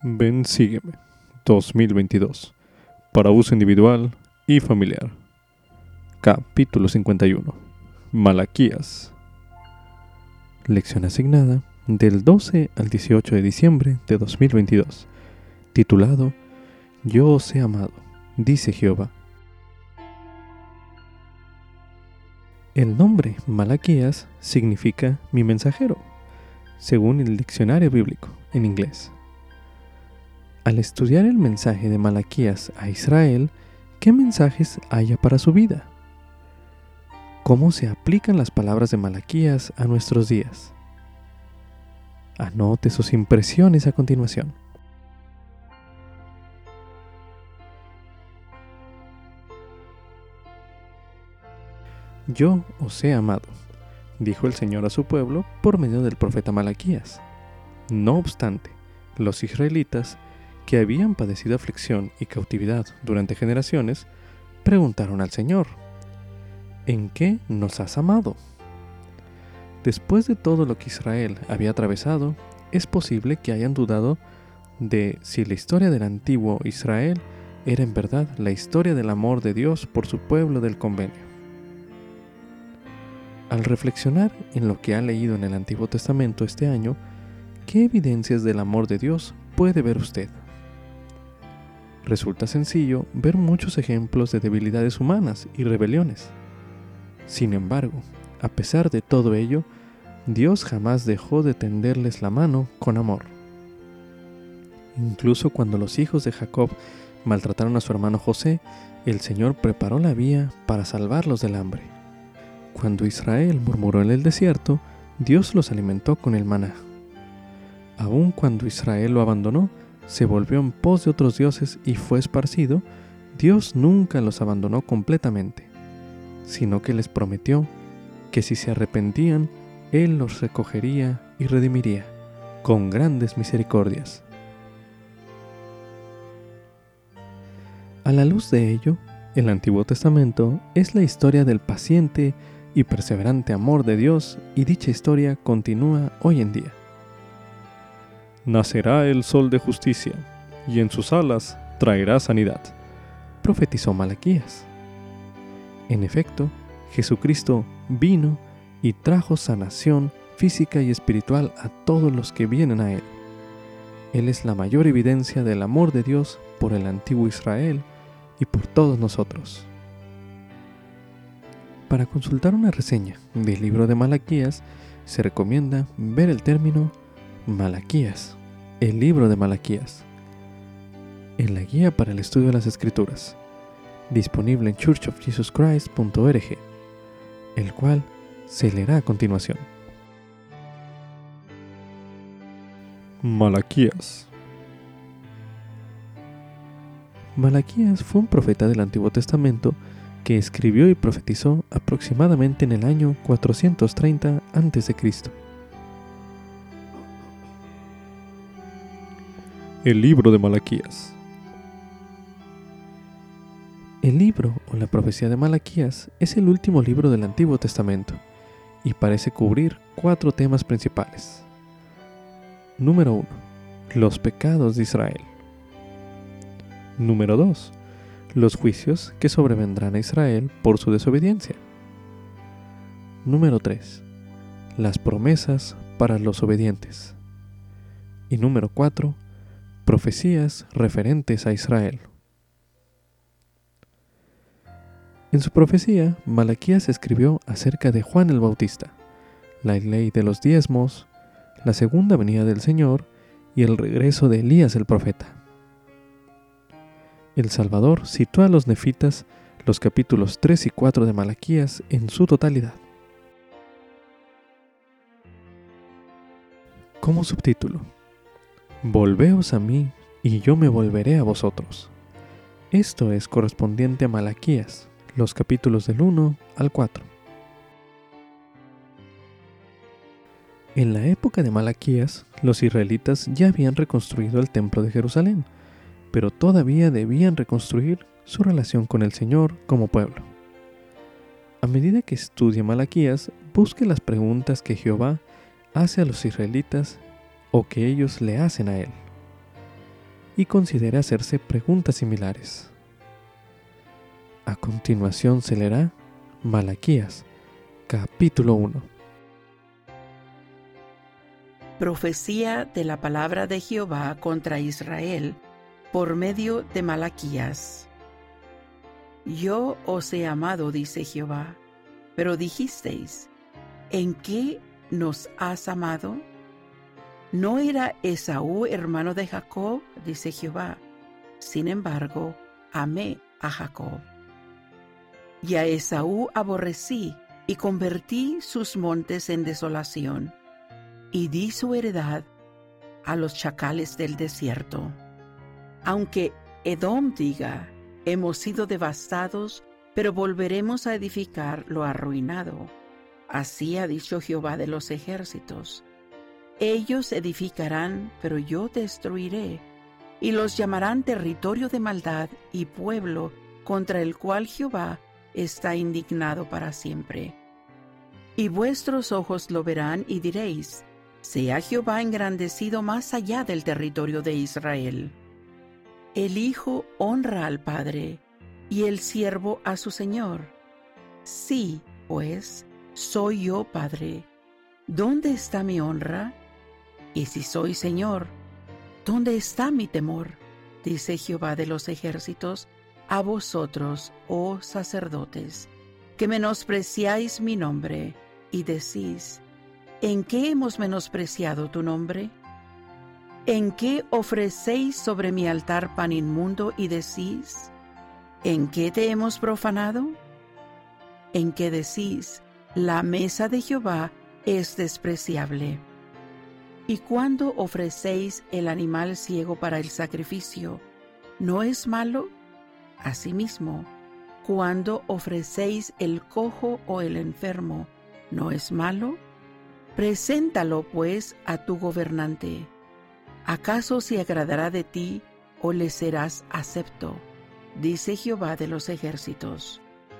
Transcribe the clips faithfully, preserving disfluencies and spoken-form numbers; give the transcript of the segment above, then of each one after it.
Ven, sígueme. dos mil veintidós. Para uso individual y familiar. Capítulo cincuenta y uno. Malaquías. Lección asignada del doce al dieciocho de diciembre de dos mil veintidós. Titulado Yo os he amado, dice Jehová. El nombre Malaquías significa mi mensajero, según el diccionario bíblico en inglés. Al estudiar el mensaje de Malaquías a Israel, ¿qué mensajes haya para su vida? ¿Cómo se aplican las palabras de Malaquías a nuestros días? Anote sus impresiones a continuación. Yo os he amado, dijo el Señor a su pueblo por medio del profeta Malaquías. No obstante, los israelitas, que habían padecido aflicción y cautividad durante generaciones, preguntaron al Señor: ¿en qué nos has amado? Después de todo lo que Israel había atravesado, es posible que hayan dudado de si la historia del antiguo Israel era en verdad la historia del amor de Dios por su pueblo del convenio. Al reflexionar en lo que ha leído en el Antiguo Testamento este año, ¿qué evidencias del amor de Dios puede ver usted? Resulta sencillo ver muchos ejemplos de debilidades humanas y rebeliones. Sin embargo, a pesar de todo ello, Dios jamás dejó de tenderles la mano con amor. Incluso cuando los hijos de Jacob maltrataron a su hermano José, el Señor preparó la vía para salvarlos del hambre. Cuando Israel murmuró en el desierto, Dios los alimentó con el maná. Aun cuando Israel lo abandonó, se volvió en pos de otros dioses y fue esparcido, Dios nunca los abandonó completamente, sino que les prometió que si se arrepentían, Él los recogería y redimiría con grandes misericordias. A la luz de ello, el Antiguo Testamento es la historia del paciente y perseverante amor de Dios, y dicha historia continúa hoy en día. Nacerá el sol de justicia, y en sus alas traerá sanidad, profetizó Malaquías. En efecto, Jesucristo vino y trajo sanación física y espiritual a todos los que vienen a Él. Él es la mayor evidencia del amor de Dios por el antiguo Israel y por todos nosotros. Para consultar una reseña del libro de Malaquías, se recomienda ver el término Malaquías, el libro de Malaquías, en la guía para el estudio de las Escrituras, disponible en church of jesus christ punto org, el cual se leerá a continuación. Malaquías. Malaquías fue un profeta del Antiguo Testamento que escribió y profetizó aproximadamente en el año cuatrocientos treinta antes de Cristo. El libro de Malaquías. El libro o la profecía de Malaquías es el último libro del Antiguo Testamento y parece cubrir cuatro temas principales. Número uno. Los pecados de Israel. Número dos. Los juicios que sobrevendrán a Israel por su desobediencia. Número tres. Las promesas para los obedientes. Y número cuatro. Profecías referentes a Israel. En su profecía, Malaquías escribió acerca de Juan el Bautista, la ley de los diezmos, la segunda venida del Señor y el regreso de Elías el profeta. El Salvador citó a los nefitas los capítulos tres y cuatro de Malaquías en su totalidad. Como subtítulo: Volveos a mí y yo me volveré a vosotros. Esto es correspondiente a Malaquías, los capítulos del uno al cuatro. En la época de Malaquías, los israelitas ya habían reconstruido el templo de Jerusalén, pero todavía debían reconstruir su relación con el Señor como pueblo. A medida que estudie Malaquías, busque las preguntas que Jehová hace a los israelitas o que ellos le hacen a él. y considere hacerse preguntas similares. A continuación se leerá Malaquías, capítulo uno. Profecía de la palabra de Jehová contra Israel por medio de Malaquías. Yo os he amado, dice Jehová, pero dijisteis, ¿en qué nos has amado? ¿No era Esaú hermano de Jacob? Dice Jehová. Sin embargo, amé a Jacob. Y a Esaú aborrecí, y convertí sus montes en desolación, y di su heredad a los chacales del desierto. Aunque Edom diga, hemos sido devastados, pero volveremos a edificar lo arruinado. Así ha dicho Jehová de los ejércitos. Ellos edificarán, pero yo destruiré, y los llamarán territorio de maldad y pueblo contra el cual Jehová está indignado para siempre. Y vuestros ojos lo verán y diréis, sea Jehová engrandecido más allá del territorio de Israel. El hijo honra al padre, y el siervo a su señor. Sí, pues, soy yo padre. ¿Dónde está mi honra? Y si soy señor, ¿dónde está mi temor? Dice Jehová de los ejércitos, a vosotros, oh sacerdotes, que menospreciáis mi nombre, y decís, ¿en qué hemos menospreciado tu nombre? ¿En qué ofrecéis sobre mi altar pan inmundo y decís, ¿en qué te hemos profanado? ¿En qué decís, la mesa de Jehová es despreciable? ¿Y cuando ofrecéis el animal ciego para el sacrificio, no es malo? Asimismo, cuando ofrecéis el cojo o el enfermo, ¿no es malo? Preséntalo, pues, a tu gobernante. ¿Acaso se agradará de ti o le serás acepto? Dice Jehová de los ejércitos.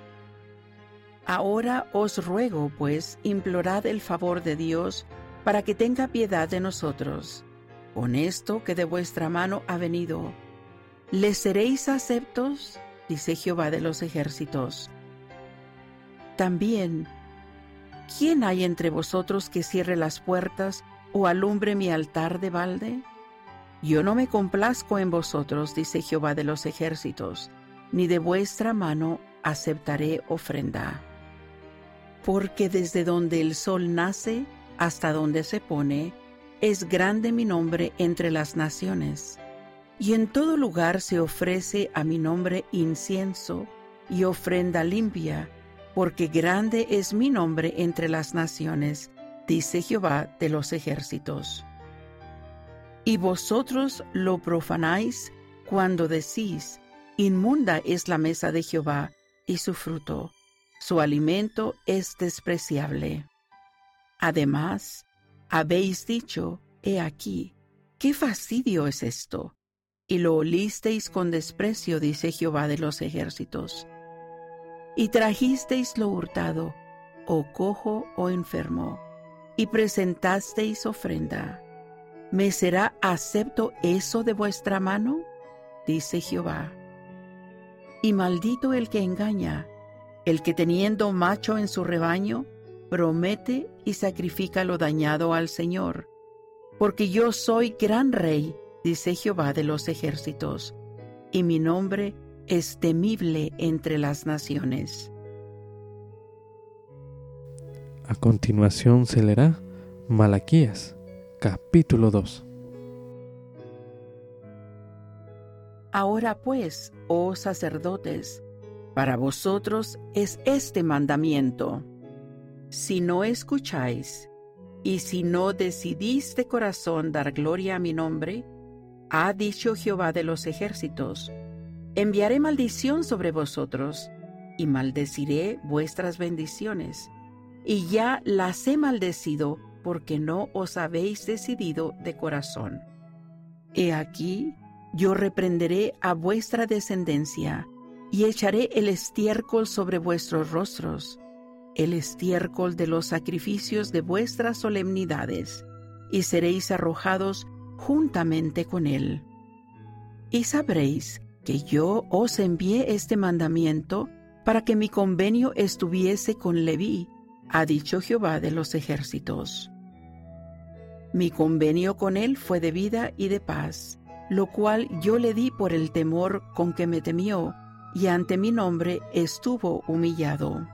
Ahora os ruego, pues, implorad el favor de Dios para que tenga piedad de nosotros, con esto que de vuestra mano ha venido. ¿Le seréis aceptos? Dice Jehová de los ejércitos. También, ¿quién hay entre vosotros que cierre las puertas o alumbre mi altar de balde? Yo no me complazco en vosotros, dice Jehová de los ejércitos, ni de vuestra mano aceptaré ofrenda. Porque desde donde el sol nace hasta donde se pone, es grande mi nombre entre las naciones. Y en todo lugar se ofrece a mi nombre incienso y ofrenda limpia, porque grande es mi nombre entre las naciones, dice Jehová de los ejércitos. Y vosotros lo profanáis cuando decís, inmunda es la mesa de Jehová y su fruto, su alimento es despreciable. Además, habéis dicho, he aquí, ¿qué fastidio es esto? Y lo olisteis con desprecio, dice Jehová de los ejércitos. Y trajisteis lo hurtado, o cojo o enfermo, y presentasteis ofrenda. ¿Me será acepto eso de vuestra mano? Dice Jehová. Y maldito el que engaña, el que teniendo macho en su rebaño, promete y sacrifica lo dañado al Señor. Porque yo soy gran rey, dice Jehová de los ejércitos, y mi nombre es temible entre las naciones. A continuación se leerá Malaquías, capítulo dos. Ahora pues, oh sacerdotes, para vosotros es este mandamiento. Si no escucháis, y si no decidís de corazón dar gloria a mi nombre, ha dicho Jehová de los ejércitos, enviaré maldición sobre vosotros, y maldeciré vuestras bendiciones, y ya las he maldecido, porque no os habéis decidido de corazón. He aquí, yo reprenderé a vuestra descendencia, y echaré el estiércol sobre vuestros rostros, el estiércol de los sacrificios de vuestras solemnidades, y seréis arrojados juntamente con él. Y sabréis que yo os envié este mandamiento para que mi convenio estuviese con Leví, ha dicho Jehová de los ejércitos. Mi convenio con él fue de vida y de paz, lo cual yo le di por el temor con que me temió, y ante mi nombre estuvo humillado.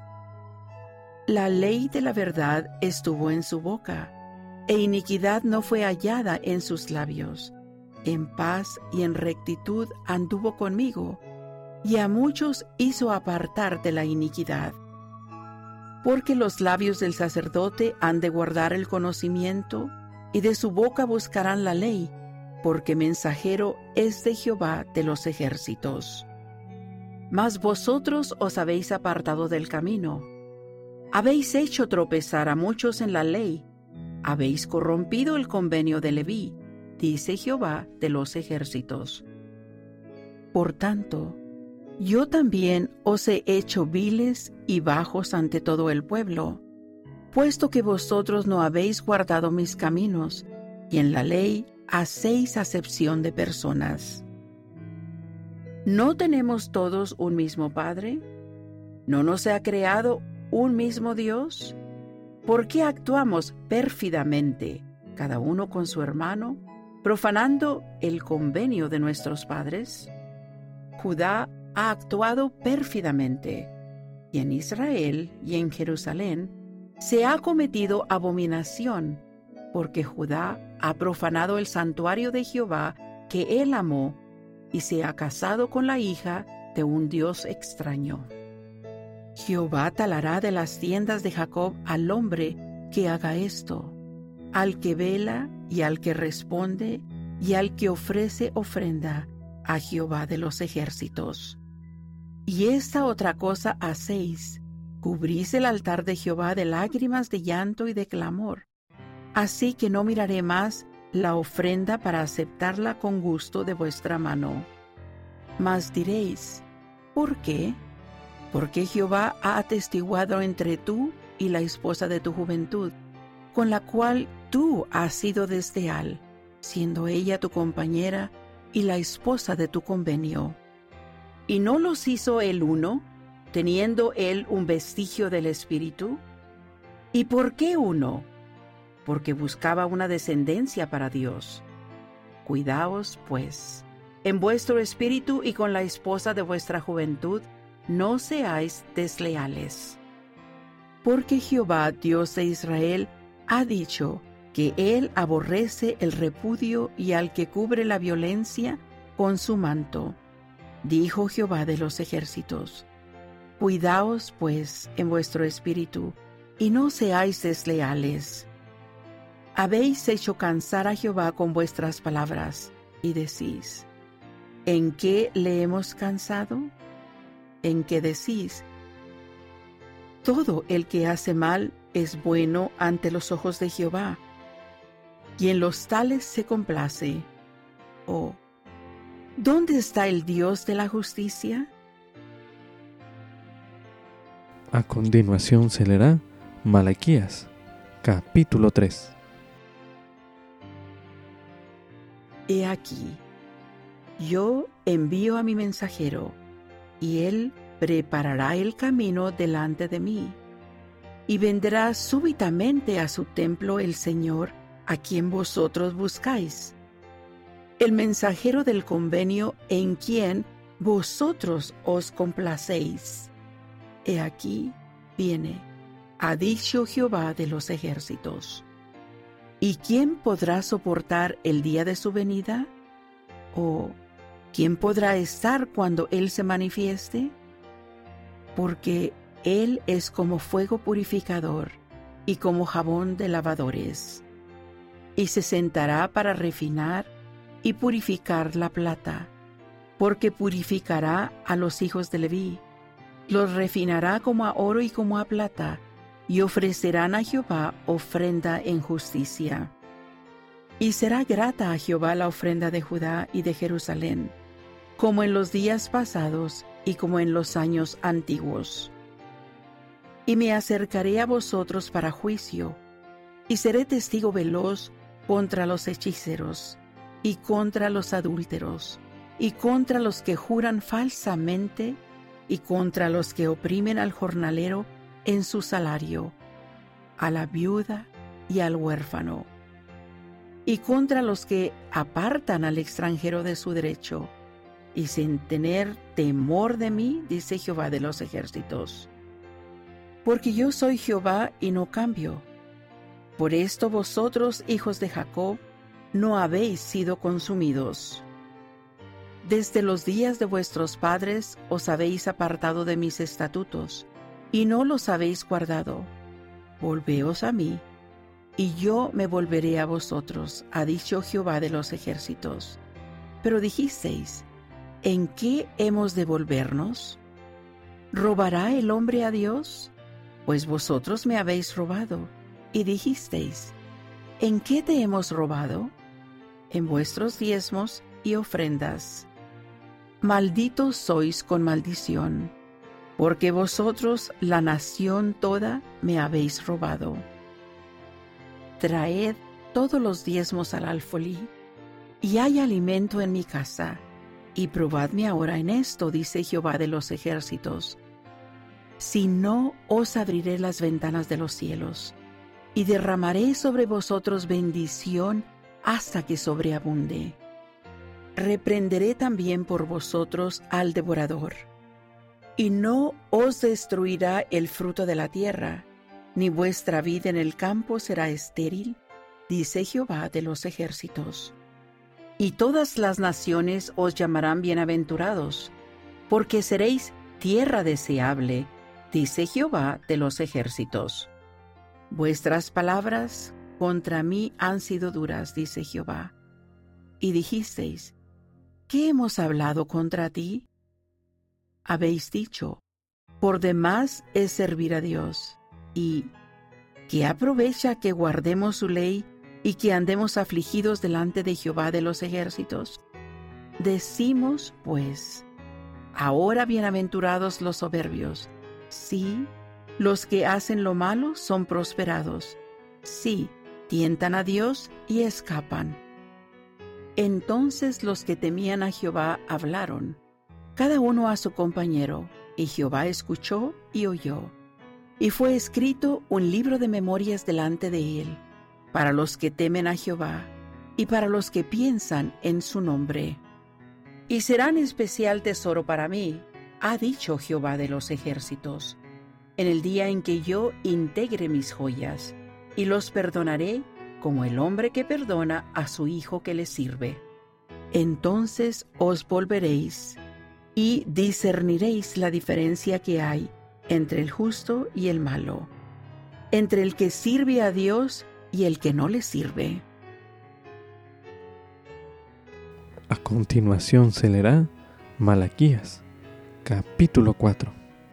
La ley de la verdad estuvo en su boca, e iniquidad no fue hallada en sus labios. En paz y en rectitud anduvo conmigo, y a muchos hizo apartar de la iniquidad. Porque los labios del sacerdote han de guardar el conocimiento, y de su boca buscarán la ley, porque mensajero es de Jehová de los ejércitos. Mas vosotros os habéis apartado del camino. Habéis hecho tropezar a muchos en la ley. Habéis corrompido el convenio de Leví, dice Jehová de los ejércitos. Por tanto, yo también os he hecho viles y bajos ante todo el pueblo, puesto que vosotros no habéis guardado mis caminos, y en la ley hacéis acepción de personas. ¿No tenemos todos un mismo Padre? ¿No nos ha creado un mismo Dios? ¿Por qué actuamos pérfidamente, cada uno con su hermano, profanando el convenio de nuestros padres? Judá ha actuado pérfidamente, y en Israel y en Jerusalén se ha cometido abominación, porque Judá ha profanado el santuario de Jehová que él amó, y se ha casado con la hija de un dios extraño. Jehová talará de las tiendas de Jacob al hombre que haga esto, al que vela y al que responde y al que ofrece ofrenda a Jehová de los ejércitos. Y esta otra cosa hacéis: cubrís el altar de Jehová de lágrimas, de llanto y de clamor. Así que no miraré más la ofrenda para aceptarla con gusto de vuestra mano. Mas diréis: ¿por qué? Porque Jehová ha atestiguado entre tú y la esposa de tu juventud, con la cual tú has sido desleal, siendo ella tu compañera y la esposa de tu convenio. ¿Y no los hizo él uno, teniendo él un vestigio del Espíritu? ¿Y por qué uno? Porque buscaba una descendencia para Dios. Cuidaos, pues, en vuestro espíritu y con la esposa de vuestra juventud, no seáis desleales. Porque Jehová, Dios de Israel, ha dicho que él aborrece el repudio y al que cubre la violencia con su manto. Dijo Jehová de los ejércitos: Cuidaos, pues, en vuestro espíritu, y no seáis desleales. Habéis hecho cansar a Jehová con vuestras palabras, y decís: ¿en qué le hemos cansado? En que decís: todo el que hace mal es bueno ante los ojos de Jehová, y en los tales se complace. Oh, ¿dónde está el Dios de la justicia? A continuación se leerá Malaquías, capítulo tres. He aquí, yo envío a mi mensajero, y él preparará el camino delante de mí. Y vendrá súbitamente a su templo el Señor, a quien vosotros buscáis, el mensajero del convenio en quien vosotros os complacéis. He aquí viene, ha dicho Jehová de los ejércitos. ¿Y quién podrá soportar el día de su venida? ¿O quién podrá estar cuando Él se manifieste? Porque Él es como fuego purificador y como jabón de lavadores. Y se sentará para refinar y purificar la plata, porque purificará a los hijos de Leví, los refinará como a oro y como a plata, y ofrecerán a Jehová ofrenda en justicia. Y será grata a Jehová la ofrenda de Judá y de Jerusalén, como en los días pasados y como en los años antiguos. Y me acercaré a vosotros para juicio, y seré testigo veloz contra los hechiceros y contra los adúlteros, y contra los que juran falsamente, y contra los que oprimen al jornalero en su salario, a la viuda y al huérfano, y contra los que apartan al extranjero de su derecho, y sin tener temor de mí, dice Jehová de los ejércitos. Porque yo soy Jehová y no cambio. Por esto vosotros, hijos de Jacob, no habéis sido consumidos. Desde los días de vuestros padres os habéis apartado de mis estatutos, y no los habéis guardado. Volveos a mí, y yo me volveré a vosotros, ha dicho Jehová de los ejércitos. Pero dijisteis, ¿en qué hemos de volvernos? ¿Robará el hombre a Dios? Pues vosotros me habéis robado. Y dijisteis, ¿en qué te hemos robado? En vuestros diezmos y ofrendas. Malditos sois con maldición, porque vosotros, la nación toda, me habéis robado. Traed todos los diezmos al alfolí, y hay alimento en mi casa, y probadme ahora en esto, dice Jehová de los ejércitos. Si no, os abriré las ventanas de los cielos, y derramaré sobre vosotros bendición hasta que sobreabunde. Reprenderé también por vosotros al devorador, y no os destruirá el fruto de la tierra, ni vuestra vida en el campo será estéril, dice Jehová de los ejércitos. Y todas las naciones os llamarán bienaventurados, porque seréis tierra deseable, dice Jehová de los ejércitos. Vuestras palabras contra mí han sido duras, dice Jehová. Y dijisteis, ¿qué hemos hablado contra ti? Habéis dicho, por demás es servir a Dios, y ¿qué aprovecha que guardemos su ley y que andemos afligidos delante de Jehová de los ejércitos? Decimos, pues, ahora bienaventurados los soberbios. Sí, los que hacen lo malo son prosperados. Sí, tientan a Dios y escapan. Entonces los que temían a Jehová hablaron, cada uno a su compañero, y Jehová escuchó y oyó. Y fue escrito un libro de memorias delante de él, para los que temen a Jehová, y para los que piensan en su nombre. Y serán especial tesoro para mí, ha dicho Jehová de los ejércitos, en el día en que yo integre mis joyas, y los perdonaré como el hombre que perdona a su hijo que le sirve. Entonces os volveréis, y discerniréis la diferencia que hay entre el justo y el malo, entre el que sirve a Dios y el que no le sirve. A continuación se leerá Malaquías, capítulo cuatro.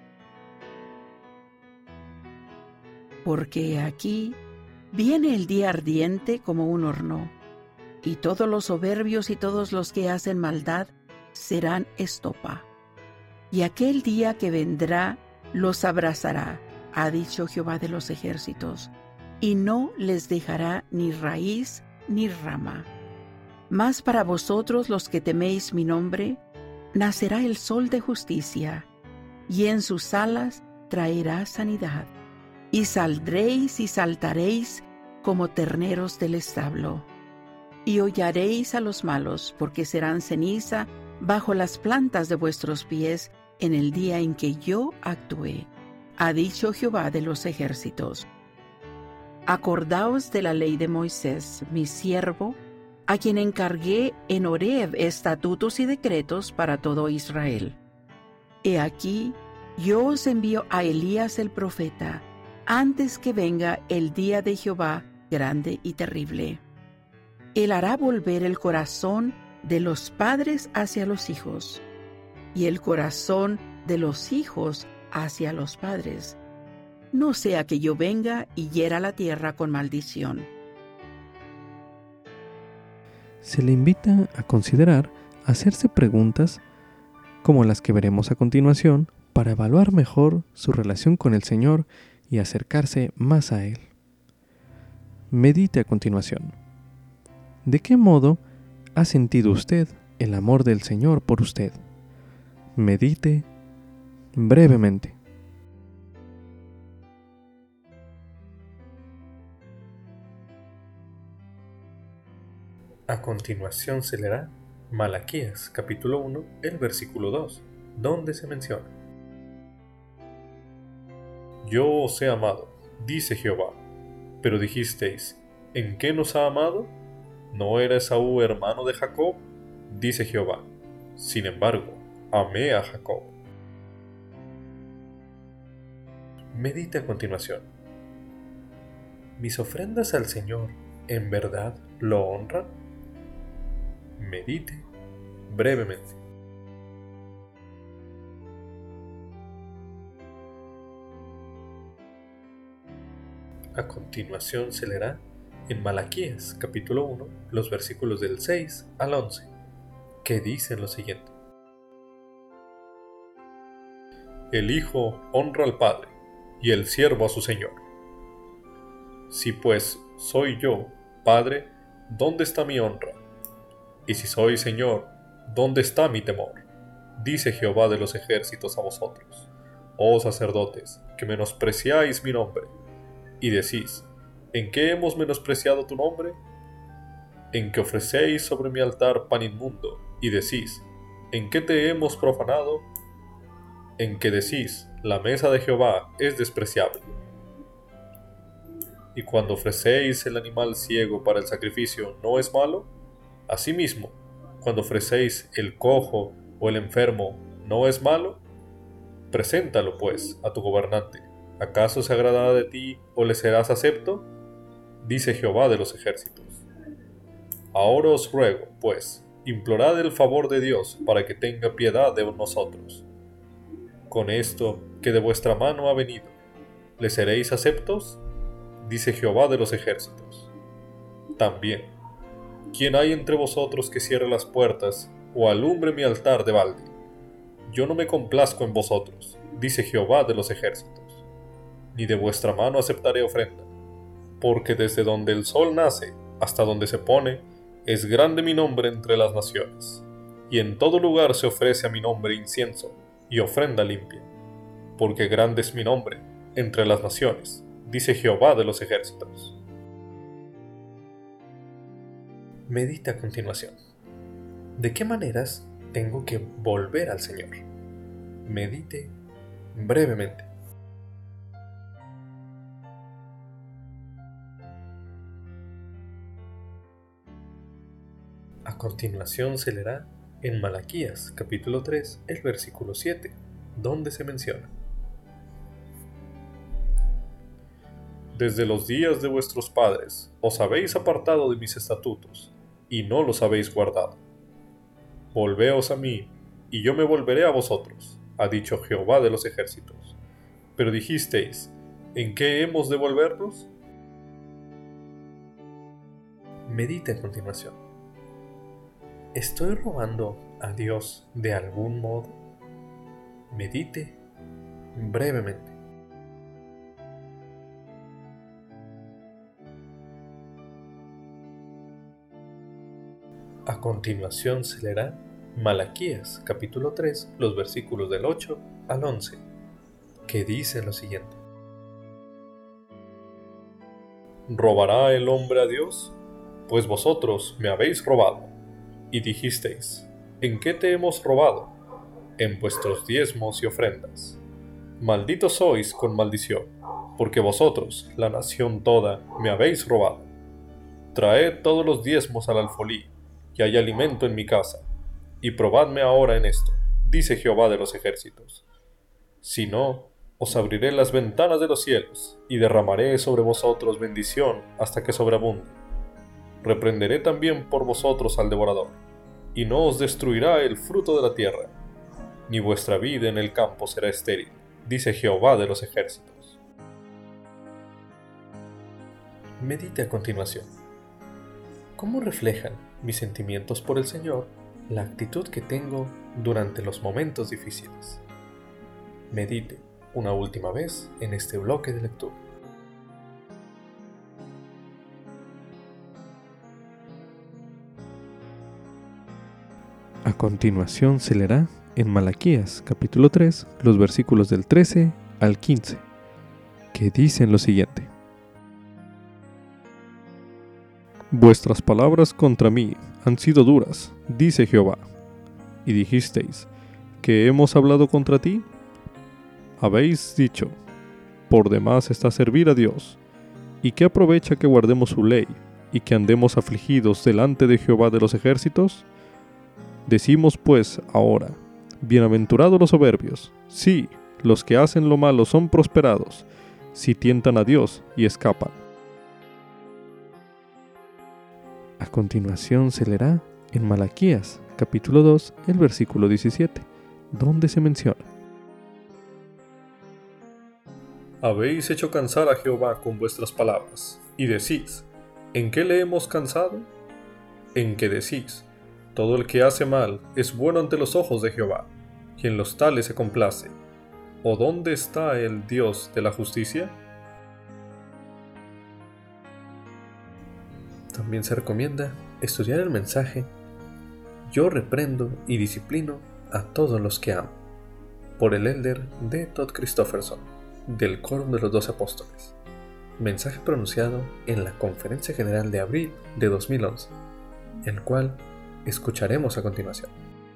Porque aquí viene el día ardiente como un horno, y todos los soberbios y todos los que hacen maldad serán estopa. Y aquel día que vendrá los abrazará, ha dicho Jehová de los ejércitos, y no les dejará ni raíz ni rama. Mas para vosotros los que teméis mi nombre, nacerá el sol de justicia, y en sus alas traerá sanidad. Y saldréis y saltaréis como terneros del establo. Y hollaréis a los malos, porque serán ceniza bajo las plantas de vuestros pies en el día en que yo actué, ha dicho Jehová de los ejércitos. Acordaos de la ley de Moisés, mi siervo, a quien encargué en Horeb estatutos y decretos para todo Israel. He aquí, yo os envío a Elías el profeta, antes que venga el día de Jehová grande y terrible. Él hará volver el corazón de los padres hacia los hijos, y el corazón de los hijos hacia los padres, no sea que yo venga y hiera la tierra con maldición. Se le invita a considerar hacerse preguntas como las que veremos a continuación para evaluar mejor su relación con el Señor y acercarse más a Él. Medite a continuación. ¿De qué modo ha sentido usted el amor del Señor por usted. Medite brevemente. A continuación se leerá Malaquías capítulo uno, el versículo dos, donde se menciona: Yo os he amado, dice Jehová, pero dijisteis, ¿en qué nos ha amado? ¿No era Esaú hermano de Jacob? Dice Jehová, sin embargo, amé a Jacob. Medite a continuación. ¿Mis ofrendas al Señor en verdad lo honran? Medite brevemente. A continuación se leerá en Malaquías capítulo uno los versículos del seis al once, que dicen lo siguiente: El Hijo honra al Padre, y el siervo a su Señor. Si pues soy yo, Padre, ¿dónde está mi honra? Y si soy Señor, ¿dónde está mi temor? Dice Jehová de los ejércitos a vosotros, oh sacerdotes, que menospreciáis mi nombre, y decís, ¿en qué hemos menospreciado tu nombre? En que ofrecéis sobre mi altar pan inmundo, y decís, ¿en qué te hemos profanado? En que decís, la mesa de Jehová es despreciable. Y cuando ofrecéis el animal ciego para el sacrificio, ¿no es malo? Asimismo, cuando ofrecéis el cojo o el enfermo, ¿no es malo? Preséntalo, pues, a tu gobernante. ¿Acaso se agradará de ti o le serás acepto? Dice Jehová de los ejércitos. Ahora os ruego, pues, implorad el favor de Dios para que tenga piedad de nosotros. Con esto que de vuestra mano ha venido, ¿le seréis aceptos? Dice Jehová de los ejércitos. También, ¿quién hay entre vosotros que cierre las puertas o alumbre mi altar de balde? Yo no me complazco en vosotros, dice Jehová de los ejércitos, ni de vuestra mano aceptaré ofrenda, porque desde donde el sol nace hasta donde se pone, es grande mi nombre entre las naciones, y en todo lugar se ofrece a mi nombre incienso y ofrenda limpia, porque grande es mi nombre entre las naciones, dice Jehová de los ejércitos. Medita a continuación. ¿De qué maneras tengo que volver al Señor? Medite brevemente. A continuación se leerá en Malaquías capítulo tres el versículo siete, donde se menciona: Desde los días de vuestros padres os habéis apartado de mis estatutos, y no los habéis guardado. Volveos a mí, y yo me volveré a vosotros, ha dicho Jehová de los ejércitos. Pero dijisteis, ¿en qué hemos de volvernos? Medite a continuación. ¿Estoy robando a Dios de algún modo? Medite brevemente. A continuación se leerá Malaquías capítulo tres, los versículos del ocho al once, que dice lo siguiente: ¿Robará el hombre a Dios? Pues vosotros me habéis robado. Y dijisteis, ¿en qué te hemos robado? En vuestros diezmos y ofrendas. Malditos sois con maldición, porque vosotros, la nación toda, me habéis robado. Traed todos los diezmos al alfolí, y hay alimento en mi casa, y probadme ahora en esto, dice Jehová de los ejércitos. Si no, os abriré las ventanas de los cielos, y derramaré sobre vosotros bendición hasta que sobreabunde. Reprenderé también por vosotros al devorador, y no os destruirá el fruto de la tierra, ni vuestra vida en el campo será estéril, dice Jehová de los ejércitos. Medite a continuación. ¿Cómo reflejan mis sentimientos por el Señor la actitud que tengo durante los momentos difíciles? Medite una última vez en este bloque de lectura. continuación se leerá en Malaquías capítulo tres, los versículos del trece al quince, que dicen lo siguiente: Vuestras palabras contra mí han sido duras, dice Jehová, y dijisteis, ¿qué hemos hablado contra ti? Habéis dicho, por demás está servir a Dios, ¿y qué aprovecha que guardemos su ley, y que andemos afligidos delante de Jehová de los ejércitos? Decimos pues ahora, bienaventurados los soberbios, sí, los que hacen lo malo son prosperados, si tientan a Dios y escapan. A continuación se leerá en Malaquías capítulo dos, el versículo diecisiete, donde se menciona: Habéis hecho cansar a Jehová con vuestras palabras, y decís, ¿en qué le hemos cansado? En que decís, todo el que hace mal es bueno ante los ojos de Jehová, y en los tales se complace. ¿O dónde está el Dios de la justicia? También se recomienda estudiar el mensaje Yo reprendo y disciplino a todos los que amo, por el elder D. Todd Christofferson, del Quórum de los Doce Apóstoles. Mensaje pronunciado en la Conferencia General de abril de dos mil once, el cual escucharemos a continuación.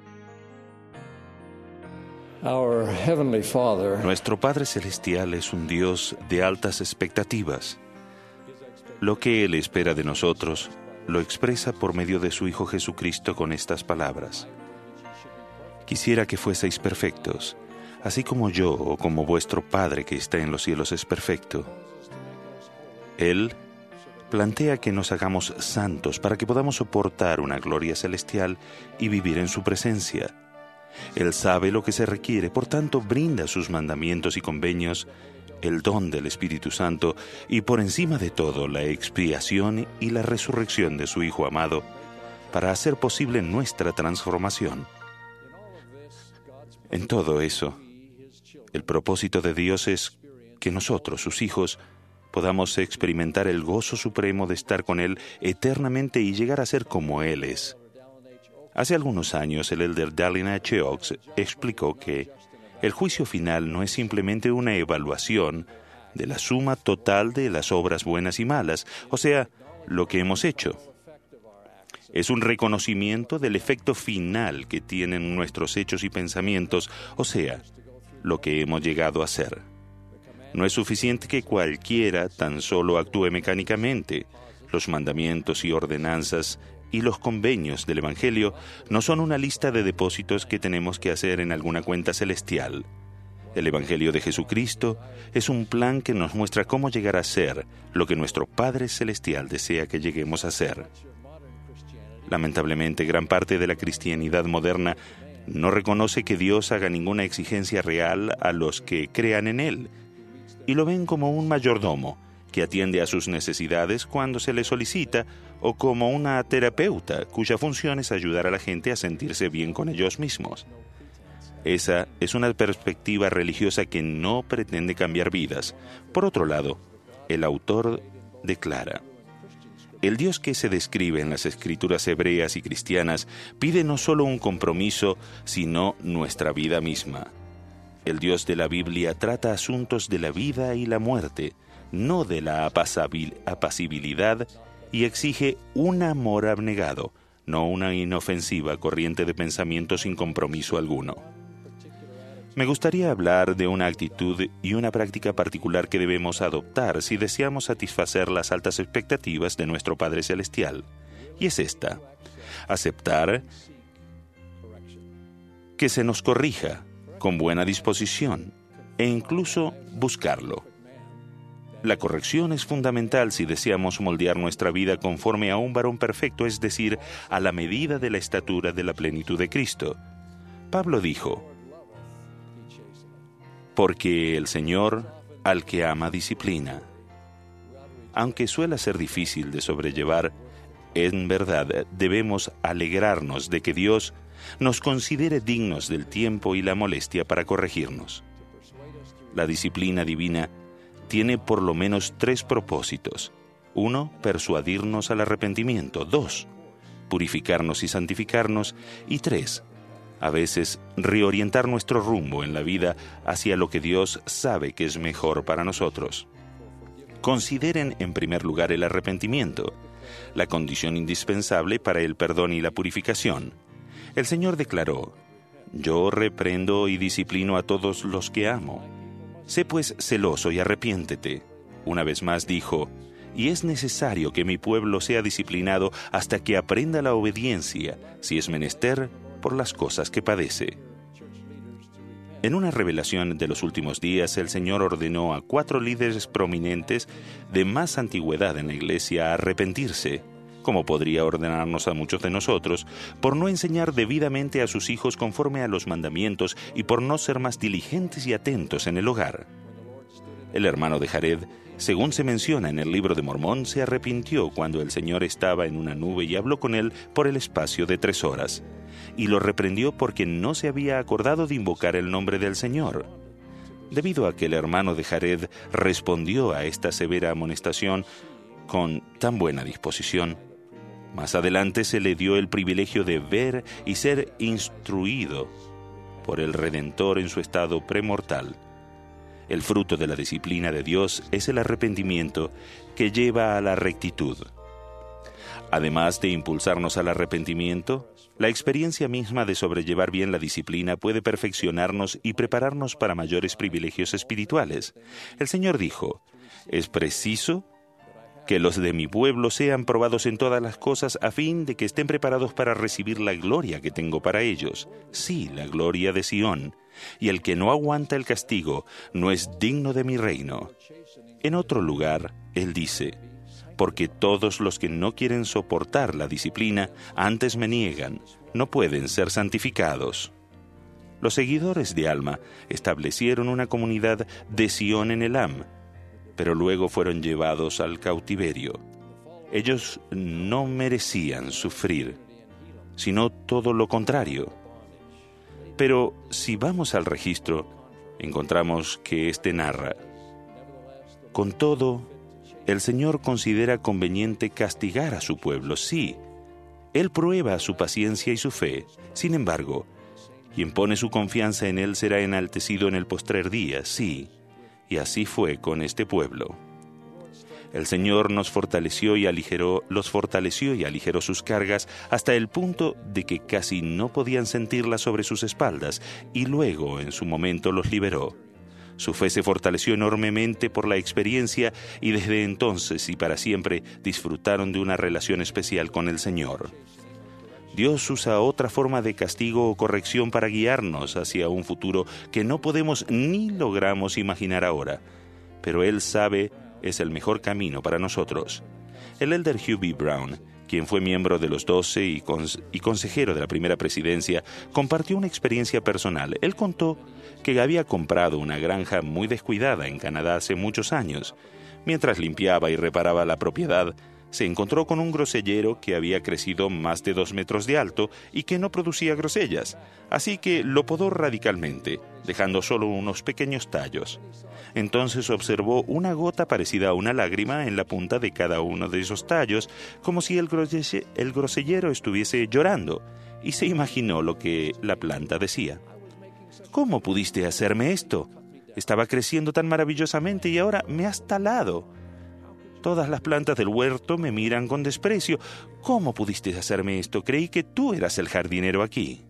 Our Heavenly Father, Nuestro Padre Celestial es un Dios de altas expectativas. Lo que Él espera de nosotros lo expresa por medio de su Hijo Jesucristo con estas palabras: Quisiera que fueseis perfectos, así como yo o como vuestro Padre que está en los cielos es perfecto. Él plantea que nos hagamos santos para que podamos soportar una gloria celestial y vivir en su presencia. Él sabe lo que se requiere, por tanto brinda sus mandamientos y convenios, el don del Espíritu Santo y por encima de todo la expiación y la resurrección de su Hijo amado para hacer posible nuestra transformación. En todo eso, el propósito de Dios es que nosotros, sus hijos, podamos experimentar el gozo supremo de estar con Él eternamente y llegar a ser como Él es. Hace algunos años el elder Dallin H. Oaks explicó que el juicio final no es simplemente una evaluación de la suma total de las obras buenas y malas, o sea, lo que hemos hecho. Es un reconocimiento del efecto final que tienen nuestros hechos y pensamientos, o sea, lo que hemos llegado a ser. No es suficiente que cualquiera tan solo actúe mecánicamente. Los mandamientos y ordenanzas y los convenios del Evangelio no son una lista de depósitos que tenemos que hacer en alguna cuenta celestial. El Evangelio de Jesucristo es un plan que nos muestra cómo llegar a ser lo que nuestro Padre Celestial desea que lleguemos a ser. Lamentablemente, gran parte de la cristianidad moderna no reconoce que Dios haga ninguna exigencia real a los que crean en Él, y lo ven como un mayordomo que atiende a sus necesidades cuando se le solicita, o como una terapeuta cuya función es ayudar a la gente a sentirse bien con ellos mismos. Esa es una perspectiva religiosa que no pretende cambiar vidas. Por otro lado, el autor declara: el Dios que se describe en las escrituras hebreas y cristianas pide no solo un compromiso, sino nuestra vida misma. El Dios de la Biblia trata asuntos de la vida y la muerte, no de la apasabil- apacibilidad, y exige un amor abnegado, no una inofensiva corriente de pensamiento sin compromiso alguno. Me gustaría hablar de una actitud y una práctica particular que debemos adoptar si deseamos satisfacer las altas expectativas de nuestro Padre Celestial, y es esta: aceptar que se nos corrija con buena disposición e incluso buscarlo. La corrección es fundamental si deseamos moldear nuestra vida conforme a un varón perfecto, es decir, a la medida de la estatura de la plenitud de Cristo. Pablo dijo: porque el Señor al que ama disciplina. Aunque suele ser difícil de sobrellevar, en verdad debemos alegrarnos de que Dios nos considere dignos del tiempo y la molestia para corregirnos. La disciplina divina tiene por lo menos tres propósitos. Uno, persuadirnos al arrepentimiento. Dos, purificarnos y santificarnos. Y tres, a veces reorientar nuestro rumbo en la vida hacia lo que Dios sabe que es mejor para nosotros. Consideren en primer lugar el arrepentimiento, la condición indispensable para el perdón y la purificación. El Señor declaró: «Yo reprendo y disciplino a todos los que amo. Sé pues celoso y arrepiéntete». Una vez más dijo: «Y es necesario que mi pueblo sea disciplinado hasta que aprenda la obediencia, si es menester, por las cosas que padece». En una revelación de los últimos días, el Señor ordenó a cuatro líderes prominentes de más antigüedad en la Iglesia a arrepentirse, como podría ordenarnos a muchos de nosotros, por no enseñar debidamente a sus hijos conforme a los mandamientos y por no ser más diligentes y atentos en el hogar. El hermano de Jared, según se menciona en el libro de Mormón, se arrepintió cuando el Señor estaba en una nube y habló con él por el espacio de tres horas, y lo reprendió porque no se había acordado de invocar el nombre del Señor. Debido a que el hermano de Jared respondió a esta severa amonestación con tan buena disposición, más adelante se le dio el privilegio de ver y ser instruido por el Redentor en su estado premortal. El fruto de la disciplina de Dios es el arrepentimiento que lleva a la rectitud. Además de impulsarnos al arrepentimiento, la experiencia misma de sobrellevar bien la disciplina puede perfeccionarnos y prepararnos para mayores privilegios espirituales. El Señor dijo: «Es preciso que los de mi pueblo sean probados en todas las cosas a fin de que estén preparados para recibir la gloria que tengo para ellos. Sí, la gloria de Sión. Y el que no aguanta el castigo no es digno de mi reino». En otro lugar, Él dice: «Porque todos los que no quieren soportar la disciplina antes me niegan, no pueden ser santificados». Los seguidores de Alma establecieron una comunidad de Sión en Elam, pero luego fueron llevados al cautiverio. Ellos no merecían sufrir, sino todo lo contrario. Pero si vamos al registro, encontramos que éste narra: «Con todo, el Señor considera conveniente castigar a su pueblo, sí. Él prueba su paciencia y su fe. Sin embargo, quien pone su confianza en Él será enaltecido en el postrer día, sí. Y así fue con este pueblo. El Señor nos fortaleció y aligeró, los fortaleció y aligeró sus cargas hasta el punto de que casi no podían sentirlas sobre sus espaldas, y luego, en su momento, los liberó. Su fe se fortaleció enormemente por la experiencia y desde entonces y para siempre disfrutaron de una relación especial con el Señor. Dios usa otra forma de castigo o corrección para guiarnos hacia un futuro que no podemos ni logramos imaginar ahora, pero Él sabe es el mejor camino para nosotros. El elder Hugh B. Brown, quien fue miembro de los doce y, cons- y consejero de la primera presidencia, compartió una experiencia personal. Él contó que había comprado una granja muy descuidada en Canadá hace muchos años. Mientras limpiaba y reparaba la propiedad, se encontró con un grosellero que había crecido más de dos metros de alto y que no producía grosellas, así que lo podó radicalmente, dejando solo unos pequeños tallos. Entonces observó una gota parecida a una lágrima en la punta de cada uno de esos tallos, como si el, grose- el grosellero estuviese llorando, y se imaginó lo que la planta decía. «¿Cómo pudiste hacerme esto? Estaba creciendo tan maravillosamente y ahora me has talado. Todas las plantas del huerto me miran con desprecio. ¿Cómo pudiste hacerme esto? Creí que tú eras el jardinero aquí».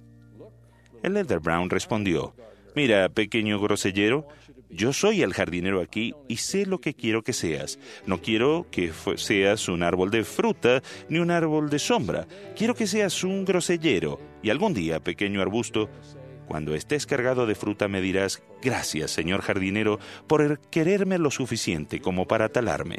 El elder Brown respondió: «Mira, pequeño grosellero, yo soy el jardinero aquí y sé lo que quiero que seas. No quiero que seas un árbol de fruta ni un árbol de sombra. Quiero que seas un grosellero. Y algún día, pequeño arbusto, cuando estés cargado de fruta me dirás: gracias, señor jardinero, por quererme lo suficiente como para talarme».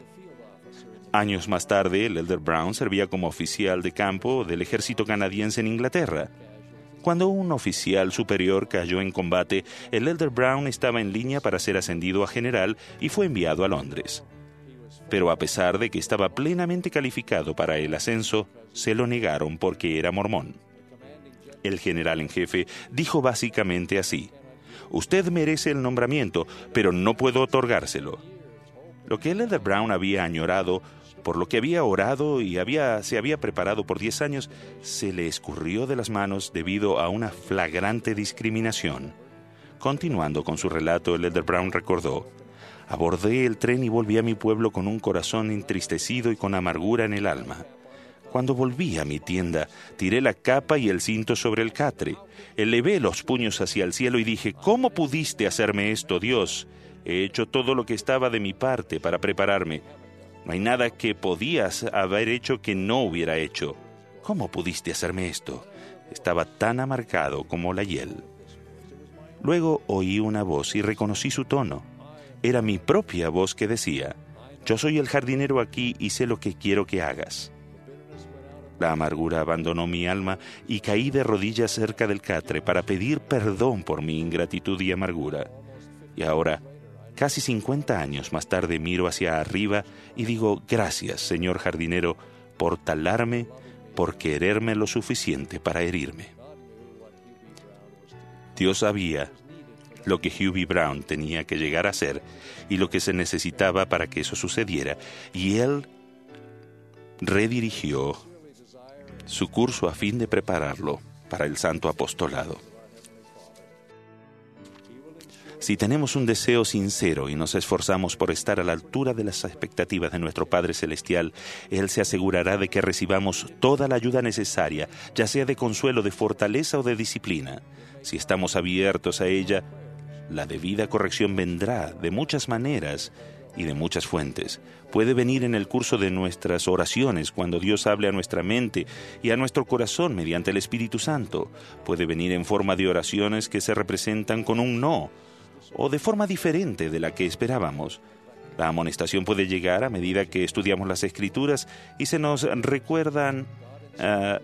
Años más tarde, el elder Brown servía como oficial de campo del ejército canadiense en Inglaterra. Cuando un oficial superior cayó en combate, el elder Brown estaba en línea para ser ascendido a general y fue enviado a Londres. Pero a pesar de que estaba plenamente calificado para el ascenso, se lo negaron porque era mormón. El general en jefe dijo básicamente así: «Usted merece el nombramiento, pero no puedo otorgárselo». Lo que el elder Brown había añorado por lo que había orado y había, se había preparado por diez años, se le escurrió de las manos debido a una flagrante discriminación. Continuando con su relato, el elder Brown recordó: abordé el tren y volví a mi pueblo con un corazón entristecido y con amargura en el alma. Cuando volví a mi tienda, tiré la capa y el cinto sobre el catre. Elevé los puños hacia el cielo y dije: ¿cómo pudiste hacerme esto, Dios? He hecho todo lo que estaba de mi parte para prepararme. No hay nada que podías haber hecho que no hubiera hecho. ¿Cómo pudiste hacerme esto? Estaba tan amargado como la hiel. Luego oí una voz y reconocí su tono. Era mi propia voz que decía: yo soy el jardinero aquí y sé lo que quiero que hagas. La amargura abandonó mi alma y caí de rodillas cerca del catre para pedir perdón por mi ingratitud y amargura. Y ahora, casi cincuenta años más tarde, miro hacia arriba y digo: gracias, señor jardinero, por talarme, por quererme lo suficiente para herirme. Dios sabía lo que Hughie Brown tenía que llegar a ser y lo que se necesitaba para que eso sucediera, y Él redirigió su curso a fin de prepararlo para el santo apostolado. Si tenemos un deseo sincero y nos esforzamos por estar a la altura de las expectativas de nuestro Padre Celestial, Él se asegurará de que recibamos toda la ayuda necesaria, ya sea de consuelo, de fortaleza o de disciplina. Si estamos abiertos a ella, la debida corrección vendrá de muchas maneras y de muchas fuentes. Puede venir en el curso de nuestras oraciones, cuando Dios hable a nuestra mente y a nuestro corazón mediante el Espíritu Santo. Puede venir en forma de oraciones que se representan con un no, o de forma diferente de la que esperábamos. La amonestación puede llegar a medida que estudiamos las Escrituras y se nos recuerdan, uh,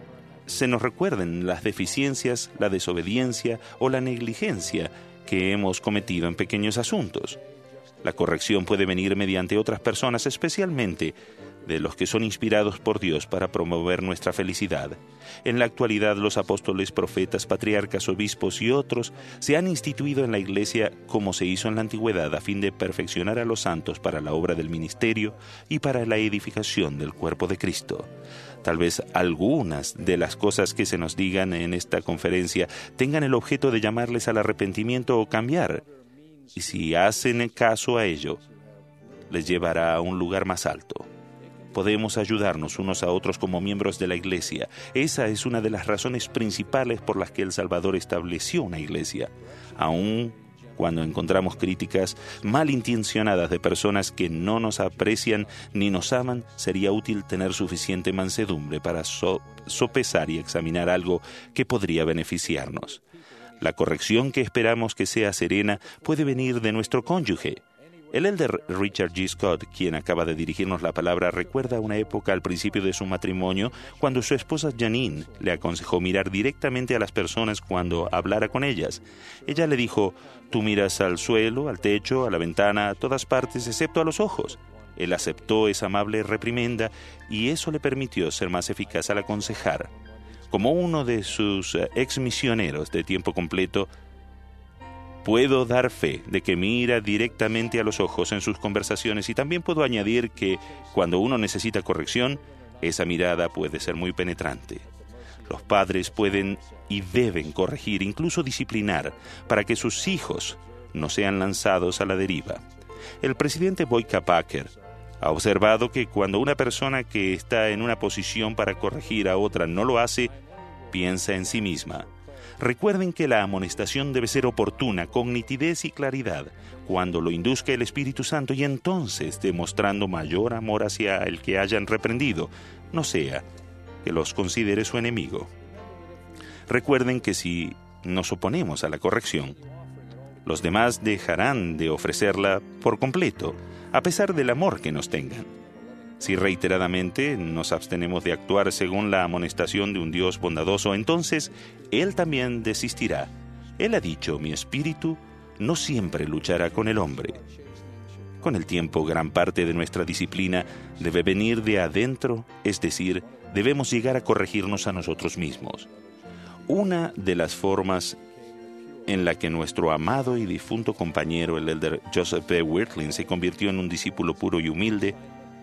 se nos recuerden las deficiencias, la desobediencia o la negligencia que hemos cometido en pequeños asuntos. La corrección puede venir mediante otras personas, especialmente de los que son inspirados por Dios para promover nuestra felicidad. En la actualidad, los apóstoles, profetas, patriarcas, obispos y otros se han instituido en la Iglesia como se hizo en la antigüedad, a fin de perfeccionar a los santos para la obra del ministerio y para la edificación del cuerpo de Cristo. Tal vez algunas de las cosas que se nos digan en esta conferencia tengan el objeto de llamarles al arrepentimiento o cambiar, y si hacen caso a ello, les llevará a un lugar más alto. Podemos ayudarnos unos a otros como miembros de la Iglesia. Esa es una de las razones principales por las que el Salvador estableció una Iglesia. Aun cuando encontramos críticas malintencionadas de personas que no nos aprecian ni nos aman, sería útil tener suficiente mansedumbre para so- sopesar y examinar algo que podría beneficiarnos. La corrección que esperamos que sea serena puede venir de nuestro cónyuge. El elder Richard G. Scott, quien acaba de dirigirnos la palabra, recuerda una época al principio de su matrimonio cuando su esposa Janine le aconsejó mirar directamente a las personas cuando hablara con ellas. Ella le dijo: tú miras al suelo, al techo, a la ventana, a todas partes excepto a los ojos. Él aceptó esa amable reprimenda y eso le permitió ser más eficaz al aconsejar. Como uno de sus ex misioneros de tiempo completo, puedo dar fe de que mira directamente a los ojos en sus conversaciones, y también puedo añadir que cuando uno necesita corrección, esa mirada puede ser muy penetrante. Los padres pueden y deben corregir, incluso disciplinar, para que sus hijos no sean lanzados a la deriva. El presidente Boyka Packer ha observado que cuando una persona que está en una posición para corregir a otra no lo hace, piensa en sí misma. Recuerden que la amonestación debe ser oportuna, con nitidez y claridad, cuando lo induzca el Espíritu Santo, y entonces demostrando mayor amor hacia el que hayan reprendido, no sea que los considere su enemigo. Recuerden que si nos oponemos a la corrección, los demás dejarán de ofrecerla por completo, a pesar del amor que nos tengan. Si reiteradamente nos abstenemos de actuar según la amonestación de un Dios bondadoso, entonces Él también desistirá. Él ha dicho: mi espíritu no siempre luchará con el hombre. Con el tiempo, gran parte de nuestra disciplina debe venir de adentro, es decir, debemos llegar a corregirnos a nosotros mismos. Una de las formas en la que nuestro amado y difunto compañero, el elder Joseph B. Wirthlin, se convirtió en un discípulo puro y humilde,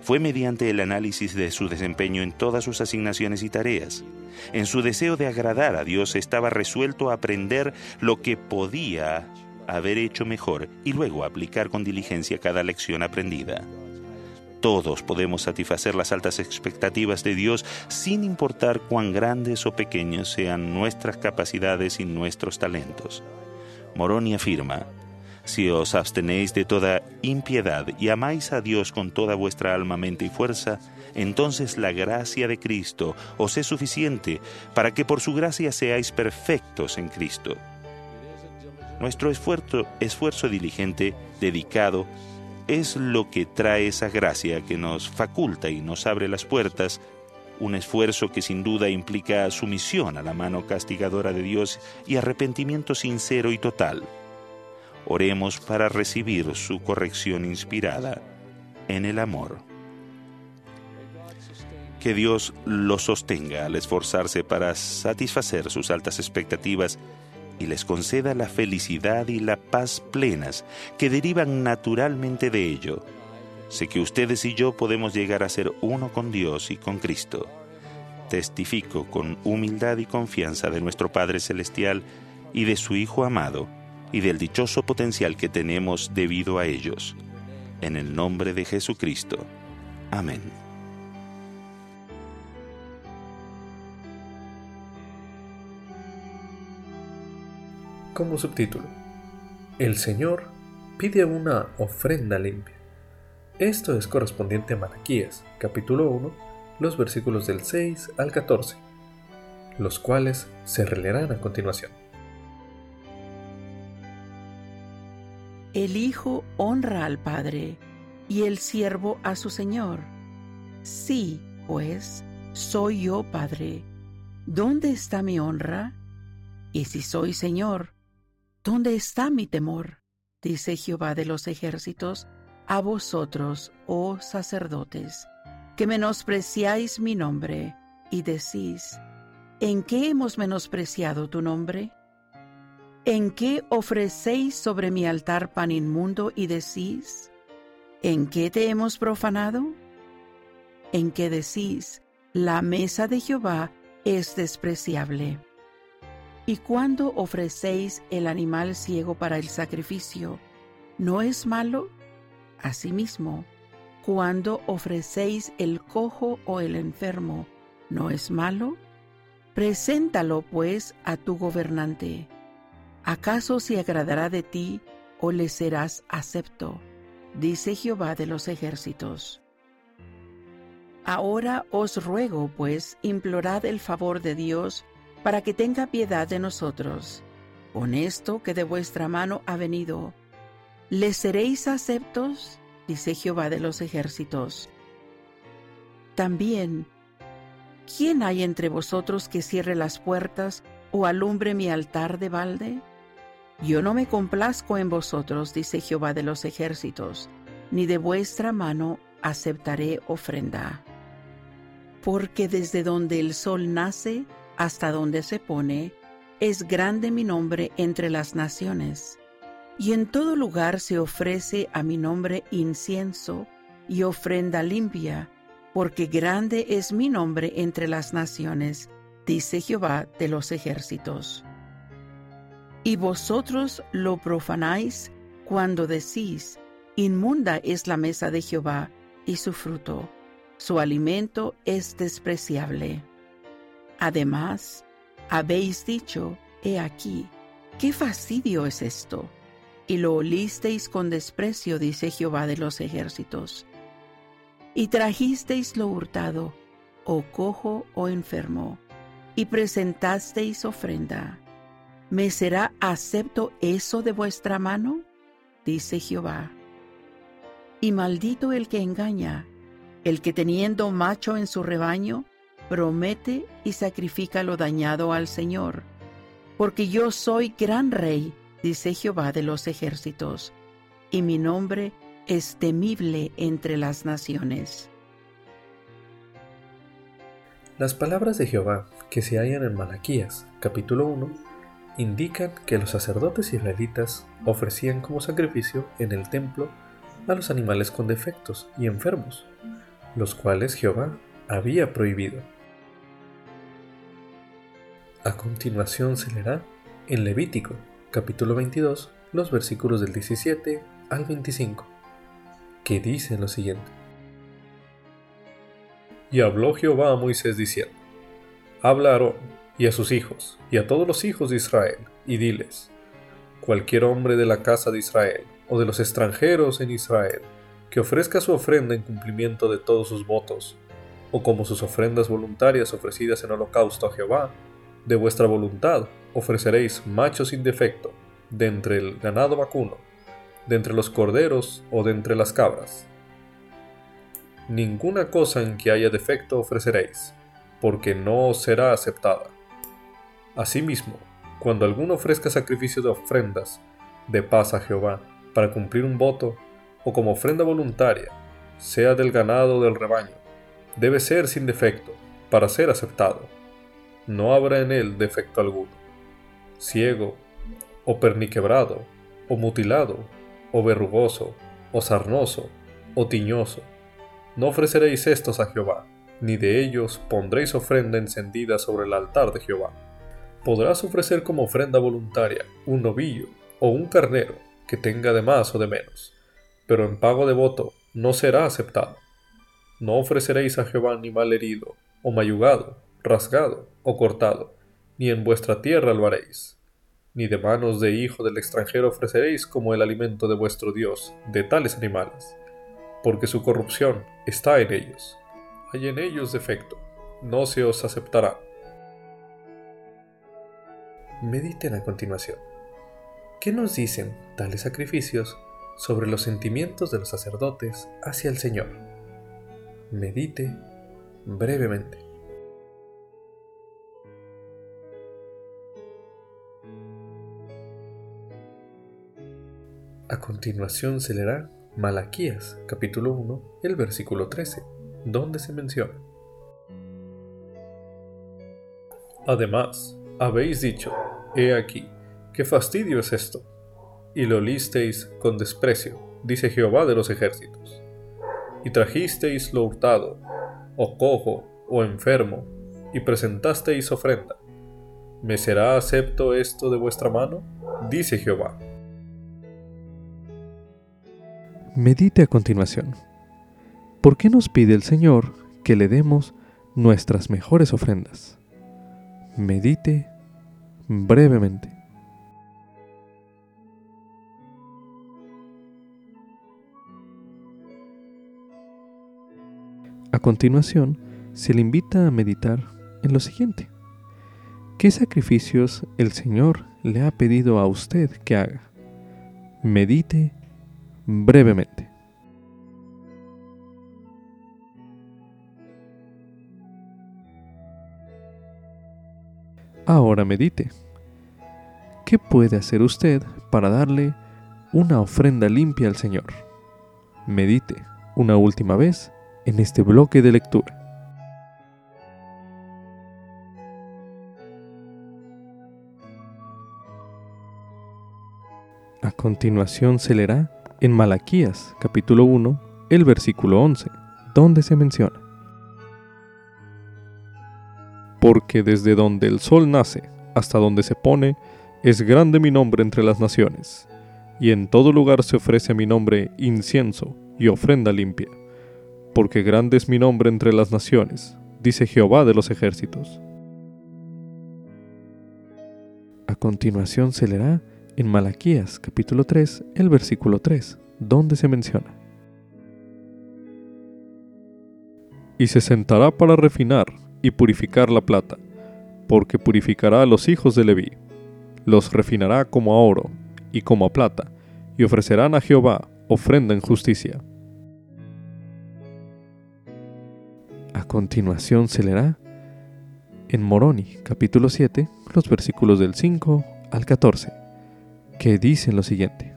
fue mediante el análisis de su desempeño en todas sus asignaciones y tareas. En su deseo de agradar a Dios estaba resuelto a aprender lo que podía haber hecho mejor y luego aplicar con diligencia cada lección aprendida. Todos podemos satisfacer las altas expectativas de Dios sin importar cuán grandes o pequeños sean nuestras capacidades y nuestros talentos. Moroni afirma: si os abstenéis de toda impiedad y amáis a Dios con toda vuestra alma, mente y fuerza, entonces la gracia de Cristo os es suficiente para que por su gracia seáis perfectos en Cristo. Nuestro esfuerzo, esfuerzo diligente, dedicado, es lo que trae esa gracia que nos faculta y nos abre las puertas, un esfuerzo que sin duda implica sumisión a la mano castigadora de Dios y arrepentimiento sincero y total. Oremos para recibir su corrección inspirada en el amor. Que Dios los sostenga al esforzarse para satisfacer sus altas expectativas y les conceda la felicidad y la paz plenas que derivan naturalmente de ello. Sé que ustedes y yo podemos llegar a ser uno con Dios y con Cristo. Testifico con humildad y confianza de nuestro Padre Celestial y de su Hijo amado, y del dichoso potencial que tenemos debido a ellos. En el nombre de Jesucristo. Amén. Como subtítulo: El Señor pide una ofrenda limpia. Esto es correspondiente a Malaquías, capítulo uno, los versículos del seis al catorce, los cuales se releerán a continuación. El Hijo honra al Padre, y el siervo a su Señor. Sí, pues, soy yo Padre. ¿Dónde está mi honra? Y si soy Señor, ¿dónde está mi temor? Dice Jehová de los ejércitos, a vosotros, oh sacerdotes, que menospreciáis mi nombre, y decís: ¿en qué hemos menospreciado tu nombre? ¿En qué ofrecéis sobre mi altar pan inmundo y decís: ¿en qué te hemos profanado? ¿En qué decís: la mesa de Jehová es despreciable? Y cuando ofrecéis el animal ciego para el sacrificio, ¿no es malo? Asimismo, cuando ofrecéis el cojo o el enfermo, ¿no es malo? Preséntalo, pues, a tu gobernante. ¿Acaso se agradará de ti o le serás acepto? Dice Jehová de los ejércitos. Ahora os ruego, pues, implorad el favor de Dios para que tenga piedad de nosotros. Con esto que de vuestra mano ha venido, ¿le seréis aceptos? Dice Jehová de los ejércitos. También, ¿quién hay entre vosotros que cierre las puertas o alumbre mi altar de balde? Yo no me complazco en vosotros, dice Jehová de los ejércitos, ni de vuestra mano aceptaré ofrenda. Porque desde donde el sol nace hasta donde se pone, es grande mi nombre entre las naciones. Y en todo lugar se ofrece a mi nombre incienso y ofrenda limpia, porque grande es mi nombre entre las naciones, dice Jehová de los ejércitos. Y vosotros lo profanáis cuando decís: inmunda es la mesa de Jehová y su fruto, su alimento es despreciable. Además, habéis dicho: he aquí, ¿qué fastidio es esto? Y lo olisteis con desprecio, dice Jehová de los ejércitos. Y trajisteis lo hurtado, o cojo o enfermo, y presentasteis ofrenda. ¿Me será acepto eso de vuestra mano? Dice Jehová. Y maldito el que engaña, el que teniendo macho en su rebaño, promete y sacrifica lo dañado al Señor. Porque yo soy gran rey, dice Jehová de los ejércitos, y mi nombre es temible entre las naciones. Las palabras de Jehová que se hallan en Malaquías, capítulo uno, indican que los sacerdotes israelitas ofrecían como sacrificio en el templo a los animales con defectos y enfermos, los cuales Jehová había prohibido. A continuación se leerá en Levítico, capítulo veintidós, los versículos del diecisiete al veinticinco, que dicen lo siguiente. Y habló Jehová a Moisés diciendo: Habla a Aarón y a sus hijos, y a todos los hijos de Israel, y diles: Cualquier hombre de la casa de Israel, o de los extranjeros en Israel, que ofrezca su ofrenda en cumplimiento de todos sus votos, o como sus ofrendas voluntarias ofrecidas en holocausto a Jehová, de vuestra voluntad ofreceréis machos sin defecto, de entre el ganado vacuno, de entre los corderos o de entre las cabras. Ninguna cosa en que haya defecto ofreceréis, porque no os será aceptada. Asimismo, cuando alguno ofrezca sacrificio de ofrendas de paz a Jehová para cumplir un voto, o como ofrenda voluntaria, sea del ganado o del rebaño, debe ser sin defecto, para ser aceptado. No habrá en él defecto alguno. Ciego, o perniquebrado, o mutilado, o verrugoso, o sarnoso, o tiñoso. No ofreceréis estos a Jehová, ni de ellos pondréis ofrenda encendida sobre el altar de Jehová. Podrás ofrecer como ofrenda voluntaria un novillo o un carnero que tenga de más o de menos, pero en pago de voto no será aceptado. No ofreceréis a Jehová animal herido, o mayugado, rasgado o cortado, ni en vuestra tierra lo haréis. Ni de manos de hijo del extranjero ofreceréis como el alimento de vuestro Dios de tales animales, porque su corrupción está en ellos. Hay en ellos defecto, no se os aceptará. Mediten a continuación. ¿Qué nos dicen tales sacrificios sobre los sentimientos de los sacerdotes hacia el Señor? Medite brevemente. A continuación se leerá Malaquías, capítulo uno, el versículo trece, donde se menciona: Además, habéis dicho, he aquí, qué fastidio es esto, y lo olisteis con desprecio, dice Jehová de los ejércitos. Y trajisteis lo hurtado, o cojo, o enfermo, y presentasteis ofrenda. ¿Me será acepto esto de vuestra mano? Dice Jehová. Medite a continuación. ¿Por qué nos pide el Señor que le demos nuestras mejores ofrendas? Medite brevemente. A continuación, se le invita a meditar en lo siguiente. ¿Qué sacrificios el Señor le ha pedido a usted que haga? Medite brevemente. Ahora medite. ¿Qué puede hacer usted para darle una ofrenda limpia al Señor? Medite una última vez en este bloque de lectura. A continuación se leerá en Malaquías, capítulo uno, el versículo once, donde se menciona: Porque desde donde el sol nace hasta donde se pone, es grande mi nombre entre las naciones, y en todo lugar se ofrece a mi nombre incienso y ofrenda limpia, porque grande es mi nombre entre las naciones, dice Jehová de los ejércitos. A continuación se leerá en Malaquías capítulo tres, el versículo tres, donde se menciona: Y se sentará para refinar y purificar la plata, porque purificará a los hijos de Leví, los refinará como a oro y como a plata, y ofrecerán a Jehová ofrenda en justicia. A continuación se leerá en Moroni capítulo siete, los versículos del cinco al catorce, que dicen lo siguiente: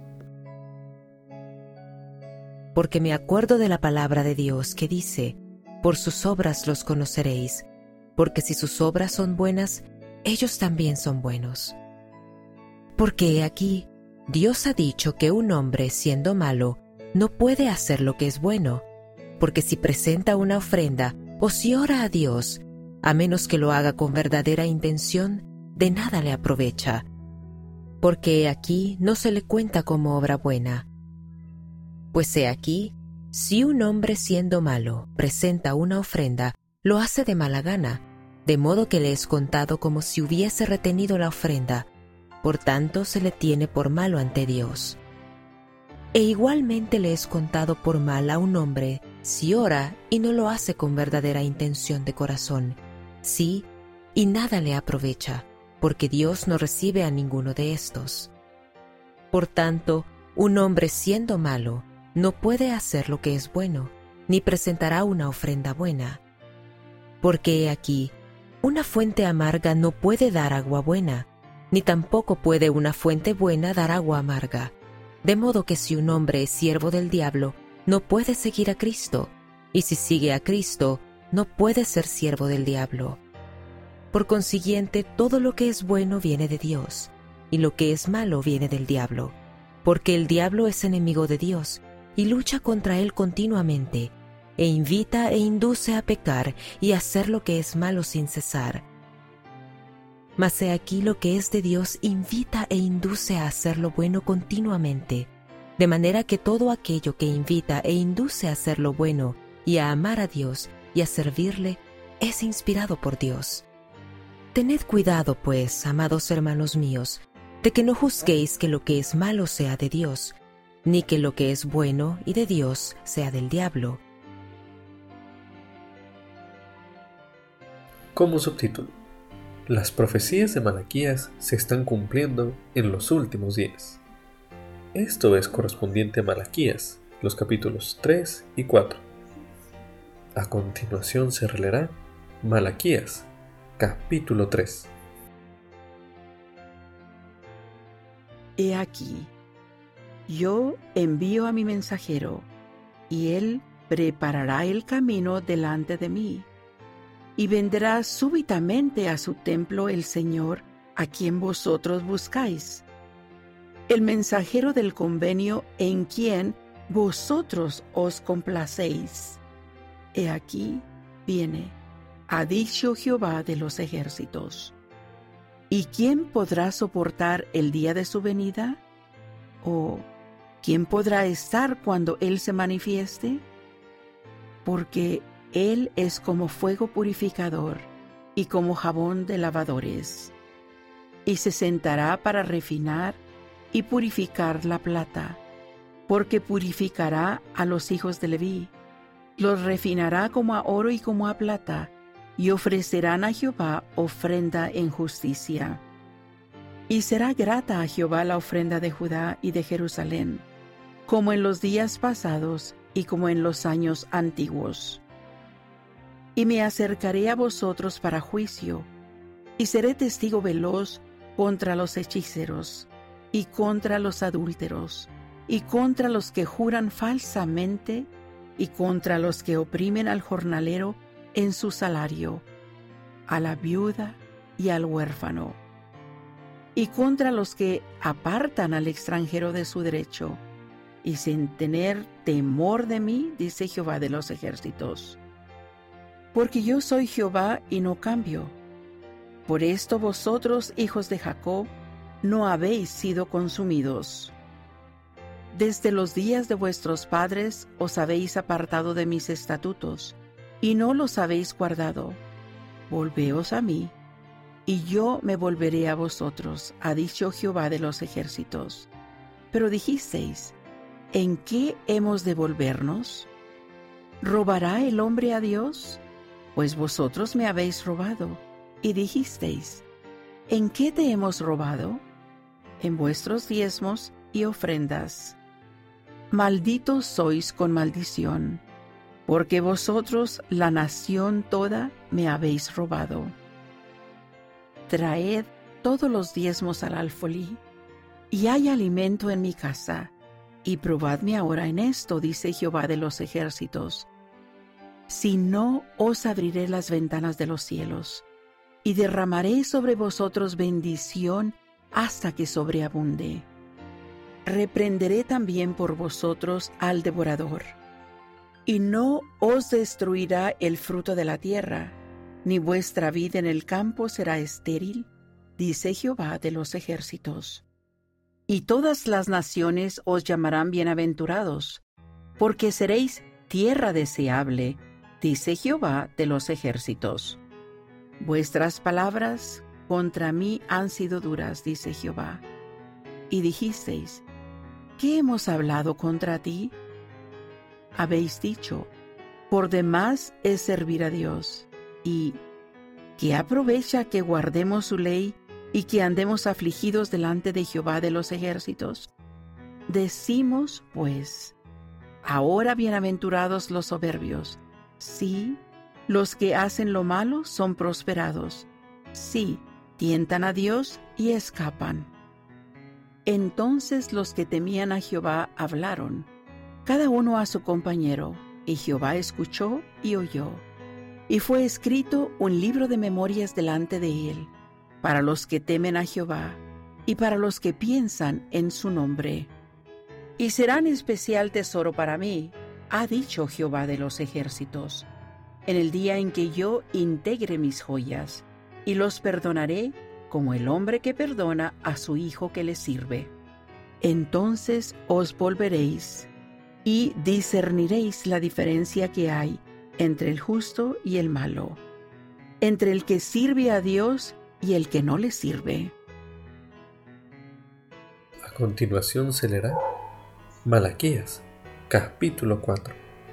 Porque me acuerdo de la palabra de Dios que dice: Por sus obras los conoceréis, porque si sus obras son buenas, ellos también son buenos. Porque he aquí, Dios ha dicho que un hombre, siendo malo, no puede hacer lo que es bueno, porque si presenta una ofrenda o si ora a Dios, a menos que lo haga con verdadera intención, de nada le aprovecha, porque he aquí no se le cuenta como obra buena. Pues he aquí, si un hombre siendo malo presenta una ofrenda, lo hace de mala gana, de modo que le es contado como si hubiese retenido la ofrenda, por tanto se le tiene por malo ante Dios. E igualmente le es contado por mal a un hombre si ora y no lo hace con verdadera intención de corazón. Sí, y nada le aprovecha, porque Dios no recibe a ninguno de estos. Por tanto, un hombre siendo malo no puede hacer lo que es bueno, ni presentará una ofrenda buena. Porque he aquí, una fuente amarga no puede dar agua buena, ni tampoco puede una fuente buena dar agua amarga. De modo que si un hombre es siervo del diablo, no puede seguir a Cristo, y si sigue a Cristo, no puede ser siervo del diablo. Por consiguiente, todo lo que es bueno viene de Dios, y lo que es malo viene del diablo, porque el diablo es enemigo de Dios, y lucha contra él continuamente, e invita e induce a pecar y a hacer lo que es malo sin cesar. Mas he aquí lo que es de Dios invita e induce a hacer lo bueno continuamente, de manera que todo aquello que invita e induce a hacer lo bueno y a amar a Dios y a servirle es inspirado por Dios. Tened cuidado, pues, amados hermanos míos, de que no juzguéis que lo que es malo sea de Dios, ni que lo que es bueno y de Dios sea del diablo. Como subtítulo: las profecías de Malaquías se están cumpliendo en los últimos días. Esto es correspondiente a Malaquías, los capítulos tres y cuatro. A continuación se releerá Malaquías, capítulo tres. He aquí, yo envío a mi mensajero, y él preparará el camino delante de mí. Y vendrá súbitamente a su templo el Señor, a quien vosotros buscáis, el mensajero del convenio en quien vosotros os complacéis. He aquí viene, ha dicho Jehová de los ejércitos. ¿Y quién podrá soportar el día de su venida? ¿O quién podrá estar cuando Él se manifieste? Porque Él es como fuego purificador y como jabón de lavadores. Y se sentará para refinar y purificar la plata, porque purificará a los hijos de Leví, los refinará como a oro y como a plata, y ofrecerán a Jehová ofrenda en justicia. Y será grata a Jehová la ofrenda de Judá y de Jerusalén, como en los días pasados y como en los años antiguos. Y me acercaré a vosotros para juicio, y seré testigo veloz contra los hechiceros, y contra los adúlteros, y contra los que juran falsamente, y contra los que oprimen al jornalero en su salario, a la viuda y al huérfano, y contra los que apartan al extranjero de su derecho, y sin tener temor de mí, dice Jehová de los ejércitos. Porque yo soy Jehová y no cambio. Por esto vosotros, hijos de Jacob, no habéis sido consumidos. Desde los días de vuestros padres os habéis apartado de mis estatutos, y no los habéis guardado. Volveos a mí, y yo me volveré a vosotros, ha dicho Jehová de los ejércitos. Pero dijisteis, ¿en qué hemos de volvernos? ¿Robará el hombre a Dios? Pues vosotros me habéis robado. Y dijisteis, ¿en qué te hemos robado? En vuestros diezmos y ofrendas. Malditos sois con maldición, porque vosotros, la nación toda, me habéis robado. Traed todos los diezmos al alfolí, y hay alimento en mi casa, y probadme ahora en esto, dice Jehová de los ejércitos. Si no, os abriré las ventanas de los cielos, y derramaré sobre vosotros bendición hasta que sobreabunde. Reprenderé también por vosotros al devorador, Y no os destruirá el fruto de la tierra, ni vuestra vida en el campo será estéril, dice Jehová de los ejércitos. Y todas las naciones os llamarán bienaventurados, porque seréis tierra deseable, dice Jehová de los ejércitos. Vuestras palabras contra mí han sido duras, dice Jehová. Y dijisteis, ¿qué hemos hablado contra ti? Habéis dicho, por demás es servir a Dios, y ¿qué aprovecha que guardemos su ley y que andemos afligidos delante de Jehová de los ejércitos? Decimos, pues, ahora bienaventurados los soberbios, sí, los que hacen lo malo son prosperados, sí, tientan a Dios y escapan. Entonces los que temían a Jehová hablaron, cada uno a su compañero, y Jehová escuchó y oyó. Y fue escrito un libro de memorias delante de él, para los que temen a Jehová, y para los que piensan en su nombre. Y serán especial tesoro para mí, ha dicho Jehová de los ejércitos, en el día en que yo integre mis joyas, y los perdonaré como el hombre que perdona a su hijo que le sirve. Entonces os volveréis, y discerniréis la diferencia que hay entre el justo y el malo, entre el que sirve a Dios y el que no le sirve. A continuación se leerá Malaquías, capítulo cuatro.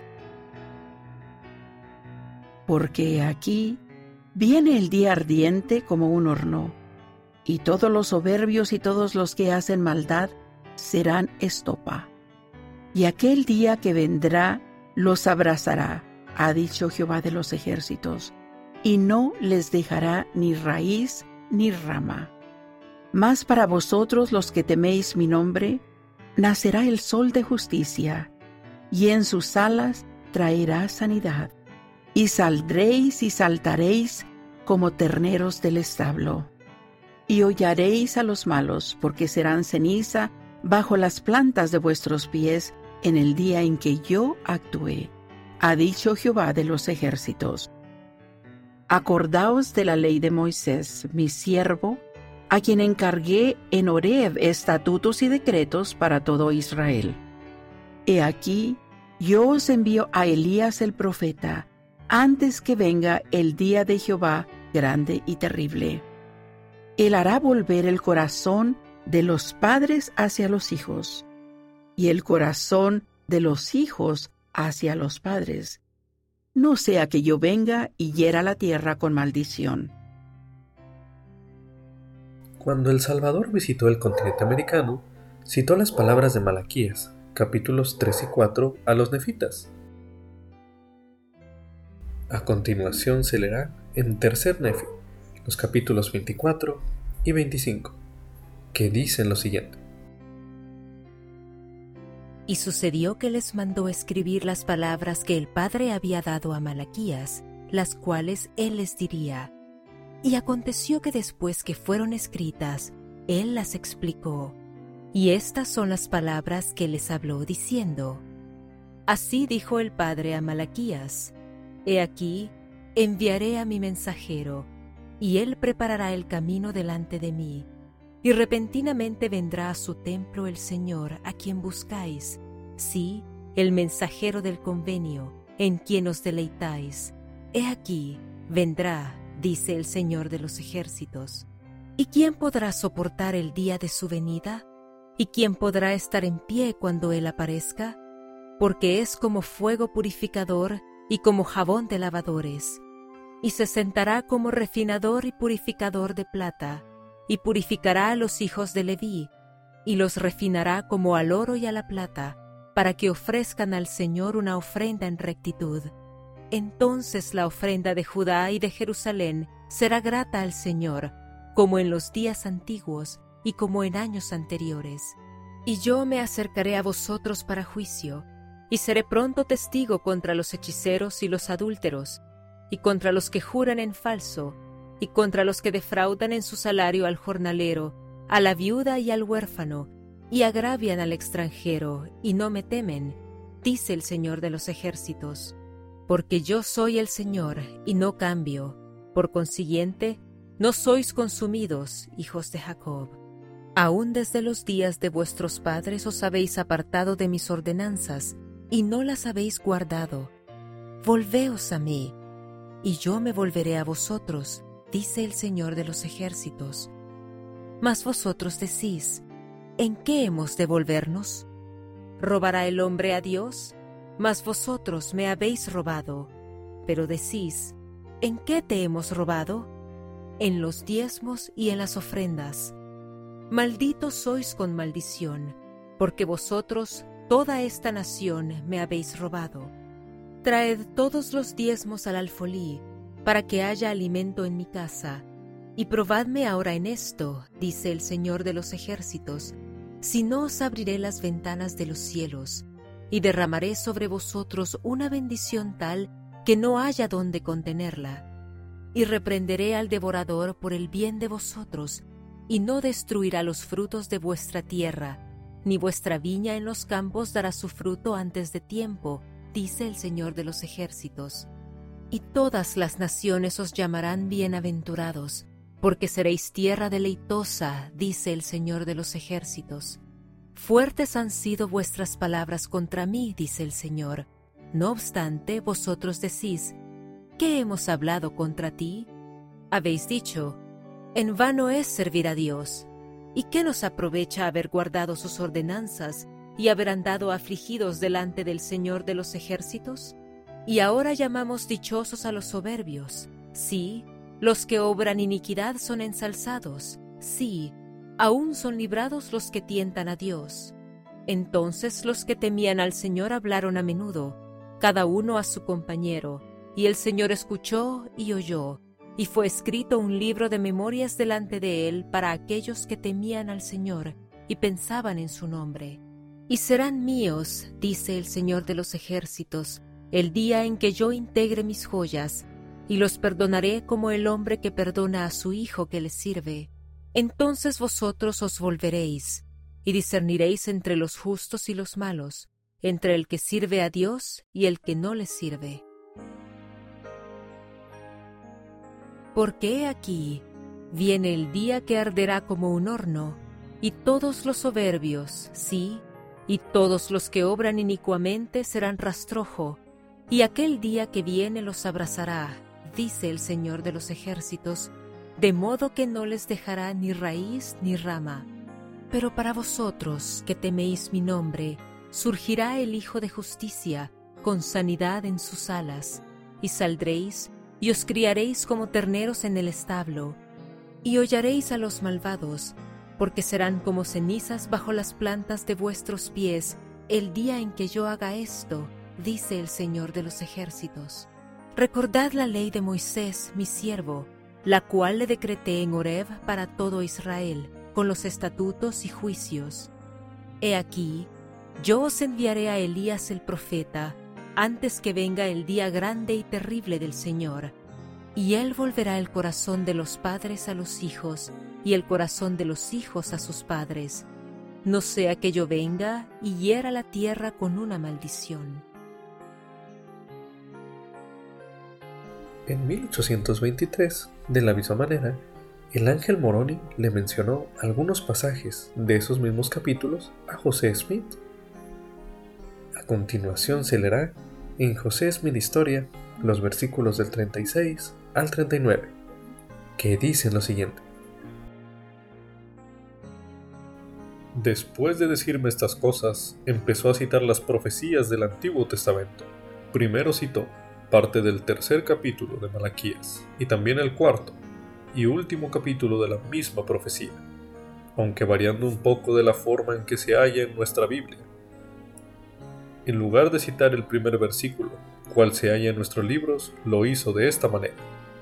Porque aquí viene el día ardiente como un horno, y todos los soberbios y todos los que hacen maldad serán estopa. Y aquel día que vendrá los abrazará, ha dicho Jehová de los ejércitos, y no les dejará ni raíz ni rama. Mas para vosotros los que teméis mi nombre, nacerá el sol de justicia, y en sus alas traerá sanidad. Y saldréis y saltaréis como terneros del establo. Y hollaréis a los malos, porque serán ceniza bajo las plantas de vuestros pies en el día en que yo actué, ha dicho Jehová de los ejércitos. Acordaos de la ley de Moisés, mi siervo, a quien encargué en Horeb estatutos y decretos para todo Israel. He aquí, yo os envío a Elías el profeta, antes que venga el día de Jehová grande y terrible. Él hará volver el corazón de los padres hacia los hijos, y el corazón de los hijos hacia los padres, no sea que yo venga y hiera la tierra con maldición. Cuando el Salvador visitó el continente americano, citó las palabras de Malaquías, capítulos tres y cuatro, a los nefitas. A continuación se leerá en Tercer Nefi, los capítulos veinticuatro y veinticinco, que dicen lo siguiente. Y sucedió que les mandó escribir las palabras que el Padre había dado a Malaquías, las cuales él les diría. Y aconteció que después que fueron escritas, él las explicó. Y estas son las palabras que les habló diciendo. Así dijo el Padre a Malaquías: He aquí, enviaré a mi mensajero, y él preparará el camino delante de mí. Y repentinamente vendrá a su templo el Señor a quien buscáis, sí, el mensajero del convenio, en quien os deleitáis. He aquí, vendrá, dice el Señor de los ejércitos. ¿Y quién podrá soportar el día de su venida? ¿Y quién podrá estar en pie cuando él aparezca? Porque es como fuego purificador y como jabón de lavadores. Y se sentará como refinador y purificador de plata, y purificará a los hijos de Leví, y los refinará como al oro y a la plata, para que ofrezcan al Señor una ofrenda en rectitud. Entonces la ofrenda de Judá y de Jerusalén será grata al Señor, como en los días antiguos y como en años anteriores. Y yo me acercaré a vosotros para juicio, y seré pronto testigo contra los hechiceros y los adúlteros, y contra los que juran en falso, y contra los que defraudan en su salario al jornalero, a la viuda y al huérfano, y agravian al extranjero, y no me temen, dice el Señor de los ejércitos, porque yo soy el Señor y no cambio. Por consiguiente, no sois consumidos, hijos de Jacob. Aún desde los días de vuestros padres os habéis apartado de mis ordenanzas y no las habéis guardado. Volveos a mí, y yo me volveré a vosotros, dice el Señor de los ejércitos. Mas vosotros decís, ¿en qué hemos de volvernos? ¿Robará el hombre a Dios? Mas vosotros me habéis robado. Pero decís, ¿en qué te hemos robado? En los diezmos y en las ofrendas. Malditos sois con maldición, porque vosotros, toda esta nación, me habéis robado. Traed todos los diezmos al alfolí, para que haya alimento en mi casa. Y probadme ahora en esto, dice el Señor de los ejércitos, si no os abriré las ventanas de los cielos, y derramaré sobre vosotros una bendición tal que no haya donde contenerla. Y reprenderé al devorador por el bien de vosotros, y no destruirá los frutos de vuestra tierra, ni vuestra viña en los campos dará su fruto antes de tiempo, dice el Señor de los ejércitos. Y todas las naciones os llamarán bienaventurados, porque seréis tierra deleitosa, dice el Señor de los ejércitos. Fuertes han sido vuestras palabras contra mí, dice el Señor. No obstante, vosotros decís, ¿qué hemos hablado contra ti? Habéis dicho, en vano es servir a Dios. ¿Y qué nos aprovecha haber guardado sus ordenanzas y haber andado afligidos delante del Señor de los ejércitos? Y ahora llamamos dichosos a los soberbios. Sí, los que obran iniquidad son ensalzados. Sí, aún son librados los que tientan a Dios. Entonces los que temían al Señor hablaron a menudo, cada uno a su compañero, y el Señor escuchó y oyó, y fue escrito un libro de memorias delante de él para aquellos que temían al Señor y pensaban en su nombre. Y serán míos, dice el Señor de los ejércitos, el día en que yo integre mis joyas, y los perdonaré como el hombre que perdona a su hijo que le sirve. Entonces vosotros os volveréis, y discerniréis entre los justos y los malos, entre el que sirve a Dios y el que no le sirve. Porque he aquí, viene el día que arderá como un horno, y todos los soberbios, sí, y todos los que obran inicuamente serán rastrojo, y aquel día que viene los abrazará, dice el Señor de los ejércitos, de modo que no les dejará ni raíz ni rama. Pero para vosotros, que teméis mi nombre, surgirá el Hijo de Justicia, con sanidad en sus alas, y saldréis, y os criaréis como terneros en el establo, y hollaréis a los malvados, porque serán como cenizas bajo las plantas de vuestros pies el día en que yo haga esto, dice el Señor de los ejércitos. Recordad la ley de Moisés, mi siervo, la cual le decreté en Horeb para todo Israel, con los estatutos y juicios. He aquí, yo os enviaré a Elías el profeta, antes que venga el día grande y terrible del Señor, y él volverá el corazón de los padres a los hijos, y el corazón de los hijos a sus padres, no sea que yo venga y hiera la tierra con una maldición. En mil ochocientos veintitrés, de la misma manera, el ángel Moroni le mencionó algunos pasajes de esos mismos capítulos a José Smith. A continuación se leerá en José Smith Historia los versículos del treinta y seis al treinta y nueve, que dicen lo siguiente. Después de decirme estas cosas, empezó a citar las profecías del Antiguo Testamento. Primero citó parte del tercer capítulo de Malaquías, y también el cuarto y último capítulo de la misma profecía, aunque variando un poco de la forma en que se halla en nuestra Biblia. En lugar de citar el primer versículo, cual se halla en nuestros libros, lo hizo de esta manera.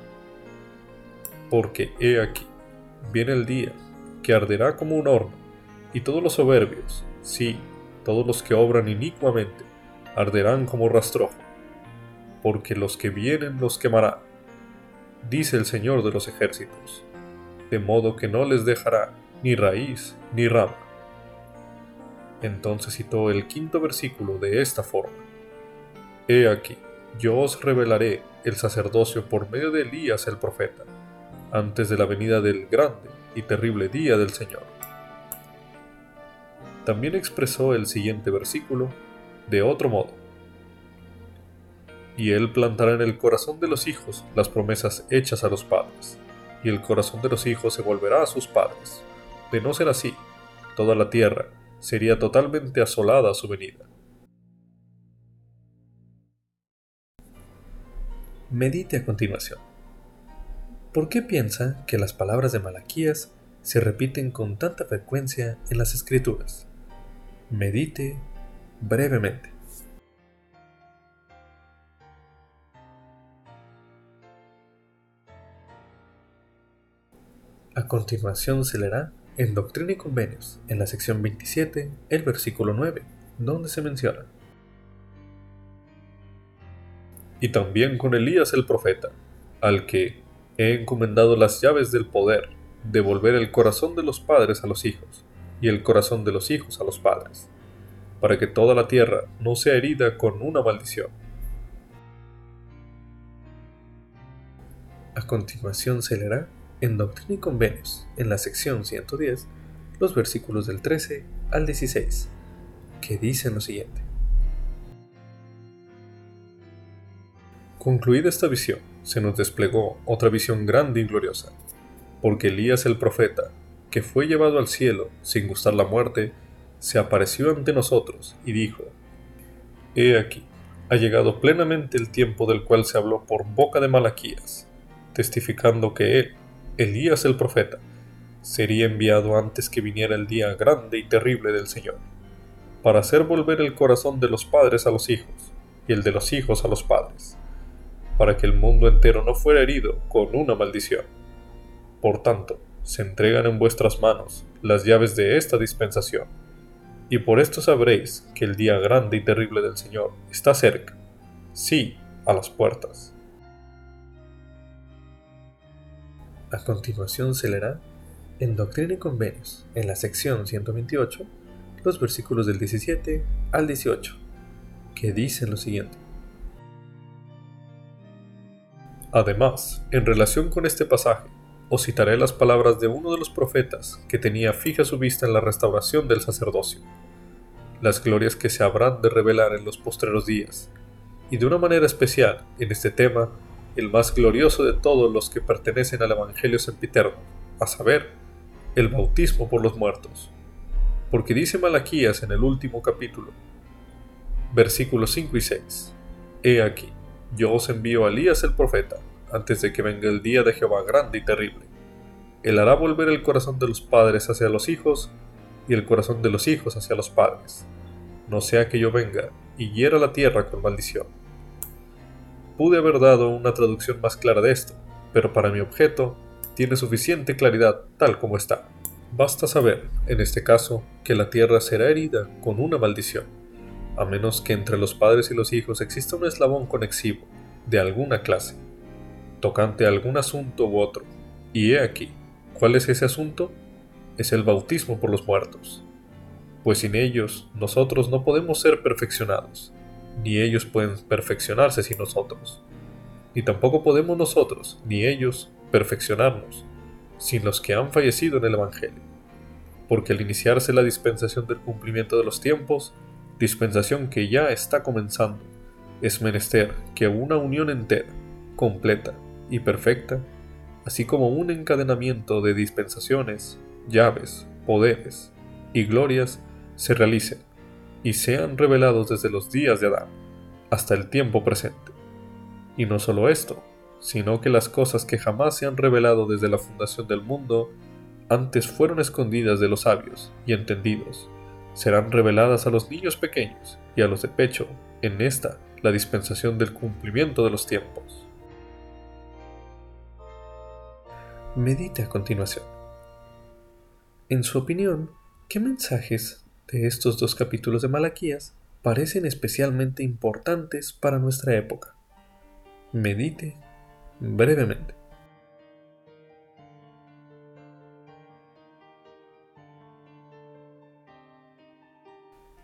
Porque he aquí, viene el día, que arderá como un horno, y todos los soberbios, sí, todos los que obran inicuamente, arderán como rastrojo, porque los que vienen los quemará, dice el Señor de los ejércitos, de modo que no les dejará ni raíz ni rama. Entonces citó el quinto versículo de esta forma: He aquí, yo os revelaré el sacerdocio por medio de Elías el profeta, antes de la venida del grande y terrible día del Señor. También expresó el siguiente versículo de otro modo: Y él plantará en el corazón de los hijos las promesas hechas a los padres, y el corazón de los hijos se volverá a sus padres. De no ser así, toda la tierra sería totalmente asolada a su venida. Medite a continuación. ¿Por qué piensa que las palabras de Malaquías se repiten con tanta frecuencia en las Escrituras? Medite brevemente. A continuación se leerá en Doctrina y Convenios, en la sección veintisiete, el versículo nueve, donde se menciona: Y también con Elías el profeta, al que he encomendado las llaves del poder, de volver el corazón de los padres a los hijos, y el corazón de los hijos a los padres, para que toda la tierra no sea herida con una maldición. A continuación se leerá en Doctrina y Convenios, en la sección ciento diez, los versículos del trece al dieciséis, que dicen lo siguiente: Concluida esta visión, se nos desplegó otra visión grande y gloriosa, porque Elías el profeta, que fue llevado al cielo sin gustar la muerte, se apareció ante nosotros y dijo: He aquí, ha llegado plenamente el tiempo del cual se habló por boca de Malaquías, testificando que él, Elías el profeta, sería enviado antes que viniera el día grande y terrible del Señor, para hacer volver el corazón de los padres a los hijos, y el de los hijos a los padres, para que el mundo entero no fuera herido con una maldición. Por tanto, se entregan en vuestras manos las llaves de esta dispensación, y por esto sabréis que el día grande y terrible del Señor está cerca, sí, a las puertas. A continuación se leerá en Doctrina y Convenios, en la sección ciento veintiocho, los versículos del diecisiete al dieciocho, que dicen lo siguiente: Además, en relación con este pasaje, os citaré las palabras de uno de los profetas que tenía fija su vista en la restauración del sacerdocio, las glorias que se habrán de revelar en los postreros días, y de una manera especial, en este tema, el más glorioso de todos los que pertenecen al Evangelio sempiterno, a saber, el bautismo por los muertos. Porque dice Malaquías en el último capítulo, versículos cinco y seis: He aquí, yo os envío a Elías el profeta, antes de que venga el día de Jehová grande y terrible. Él hará volver el corazón de los padres hacia los hijos, y el corazón de los hijos hacia los padres, no sea que yo venga y hiera la tierra con maldición. Pude haber dado una traducción más clara de esto, pero para mi objeto tiene suficiente claridad tal como está. Basta saber, en este caso, que la tierra será herida con una maldición, a menos que entre los padres y los hijos exista un eslabón conexivo, de alguna clase, tocante a algún asunto u otro. Y he aquí, ¿cuál es ese asunto? Es el bautismo por los muertos. Pues sin ellos, nosotros no podemos ser perfeccionados, ni ellos pueden perfeccionarse sin nosotros, ni tampoco podemos nosotros, ni ellos, perfeccionarnos, sin los que han fallecido en el Evangelio. Porque al iniciarse la dispensación del cumplimiento de los tiempos, dispensación que ya está comenzando, es menester que una unión entera, completa y perfecta, así como un encadenamiento de dispensaciones, llaves, poderes y glorias, se realicen y sean revelados desde los días de Adán hasta el tiempo presente. Y no solo esto, sino que las cosas que jamás se han revelado desde la fundación del mundo, antes fueron escondidas de los sabios y entendidos, serán reveladas a los niños pequeños y a los de pecho, en esta, la dispensación del cumplimiento de los tiempos. Medite a continuación. En su opinión, ¿qué mensajes de estos dos capítulos de Malaquías parecen especialmente importantes para nuestra época? Medite brevemente.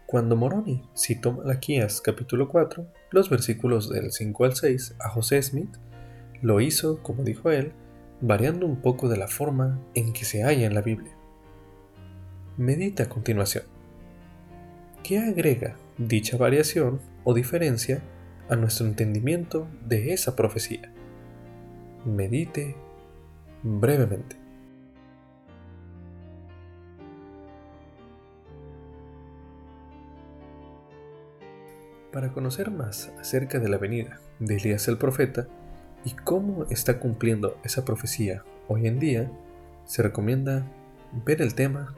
Cuando Moroni citó Malaquías capítulo cuatro, los versículos del cinco al seis a José Smith, lo hizo, como dijo él, variando un poco de la forma en que se halla en la Biblia. Medita a continuación. ¿Qué agrega dicha variación o diferencia a nuestro entendimiento de esa profecía? Medite brevemente. Para conocer más acerca de la venida de Elías el profeta y cómo está cumpliendo esa profecía hoy en día, se recomienda ver el tema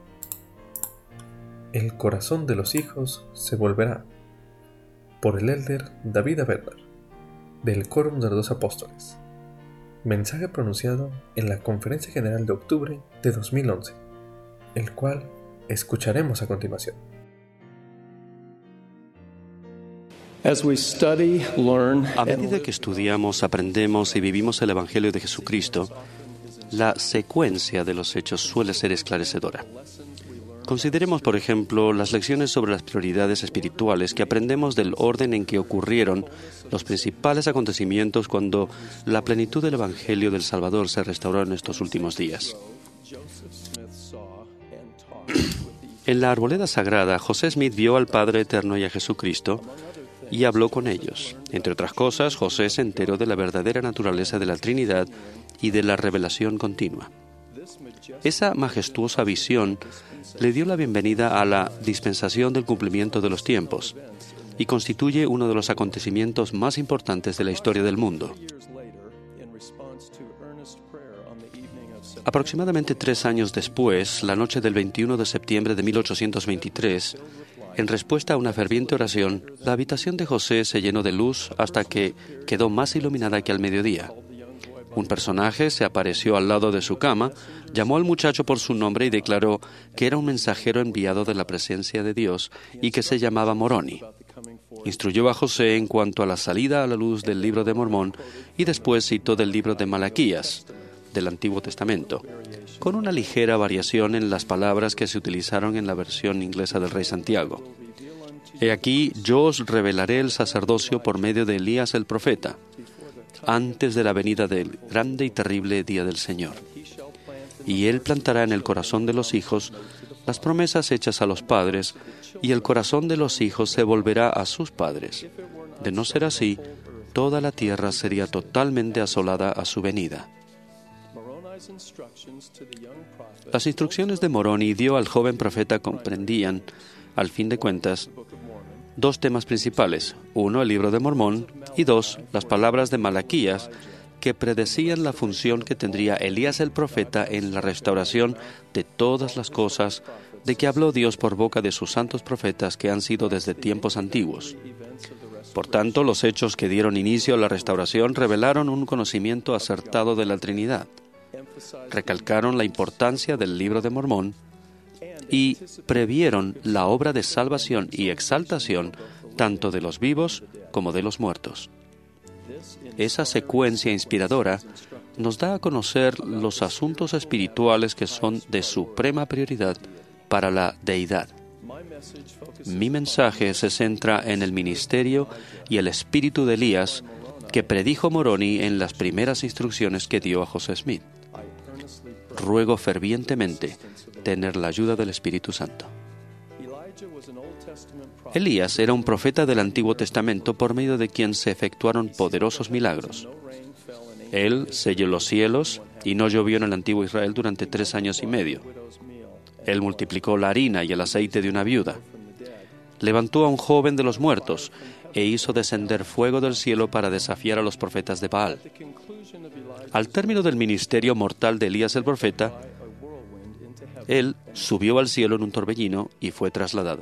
El corazón de los hijos se volverá, por el elder David Avedlar, del Quórum de los Dos Apóstoles. Mensaje pronunciado en la Conferencia General de octubre de dos mil once, el cual escucharemos a continuación. A medida que estudiamos, aprendemos y vivimos el Evangelio de Jesucristo, la secuencia de los hechos suele ser esclarecedora. Consideremos, por ejemplo, las lecciones sobre las prioridades espirituales que aprendemos del orden en que ocurrieron los principales acontecimientos cuando la plenitud del Evangelio del Salvador se restauró en estos últimos días. En la arboleda sagrada, José Smith vio al Padre Eterno y a Jesucristo y habló con ellos. Entre otras cosas, José se enteró de la verdadera naturaleza de la Trinidad y de la revelación continua. Esa majestuosa visión le dio la bienvenida a la dispensación del cumplimiento de los tiempos y constituye uno de los acontecimientos más importantes de la historia del mundo. Aproximadamente tres años después, la noche del veintiuno de septiembre de mil ochocientos veintitrés, en respuesta a una ferviente oración, la habitación de José se llenó de luz hasta que quedó más iluminada que al mediodía. Un personaje se apareció al lado de su cama, llamó al muchacho por su nombre y declaró que era un mensajero enviado de la presencia de Dios y que se llamaba Moroni. Instruyó a José en cuanto a la salida a la luz del libro de Mormón y después citó del libro de Malaquías, del Antiguo Testamento, con una ligera variación en las palabras que se utilizaron en la versión inglesa del Rey Santiago. He aquí, yo os revelaré el sacerdocio por medio de Elías el profeta, antes de la venida del grande y terrible día del Señor. Y él plantará en el corazón de los hijos las promesas hechas a los padres, y el corazón de los hijos se volverá a sus padres. De no ser así, toda la tierra sería totalmente asolada a su venida. Las instrucciones de Moroni dio al joven profeta comprendían, al fin de cuentas, dos temas principales: uno, el libro de Mormón, y dos, las palabras de Malaquías, que predecían la función que tendría Elías el profeta en la restauración de todas las cosas de que habló Dios por boca de sus santos profetas que han sido desde tiempos antiguos. Por tanto, los hechos que dieron inicio a la restauración revelaron un conocimiento acertado de la Trinidad, recalcaron la importancia del libro de Mormón y previeron la obra de salvación y exaltación tanto de los vivos como de los muertos. Esa secuencia inspiradora nos da a conocer los asuntos espirituales que son de suprema prioridad para la deidad. Mi mensaje se centra en el ministerio y el espíritu de Elías que predijo Moroni en las primeras instrucciones que dio a José Smith. Ruego fervientemente tener la ayuda del Espíritu Santo. Elías era un profeta del Antiguo Testamento por medio de quien se efectuaron poderosos milagros. Él selló los cielos y no llovió en el antiguo Israel durante tres años y medio. Él multiplicó la harina y el aceite de una viuda. Levantó a un joven de los muertos e hizo descender fuego del cielo para desafiar a los profetas de Baal. Al término del ministerio mortal de Elías el profeta, él subió al cielo en un torbellino y fue trasladado.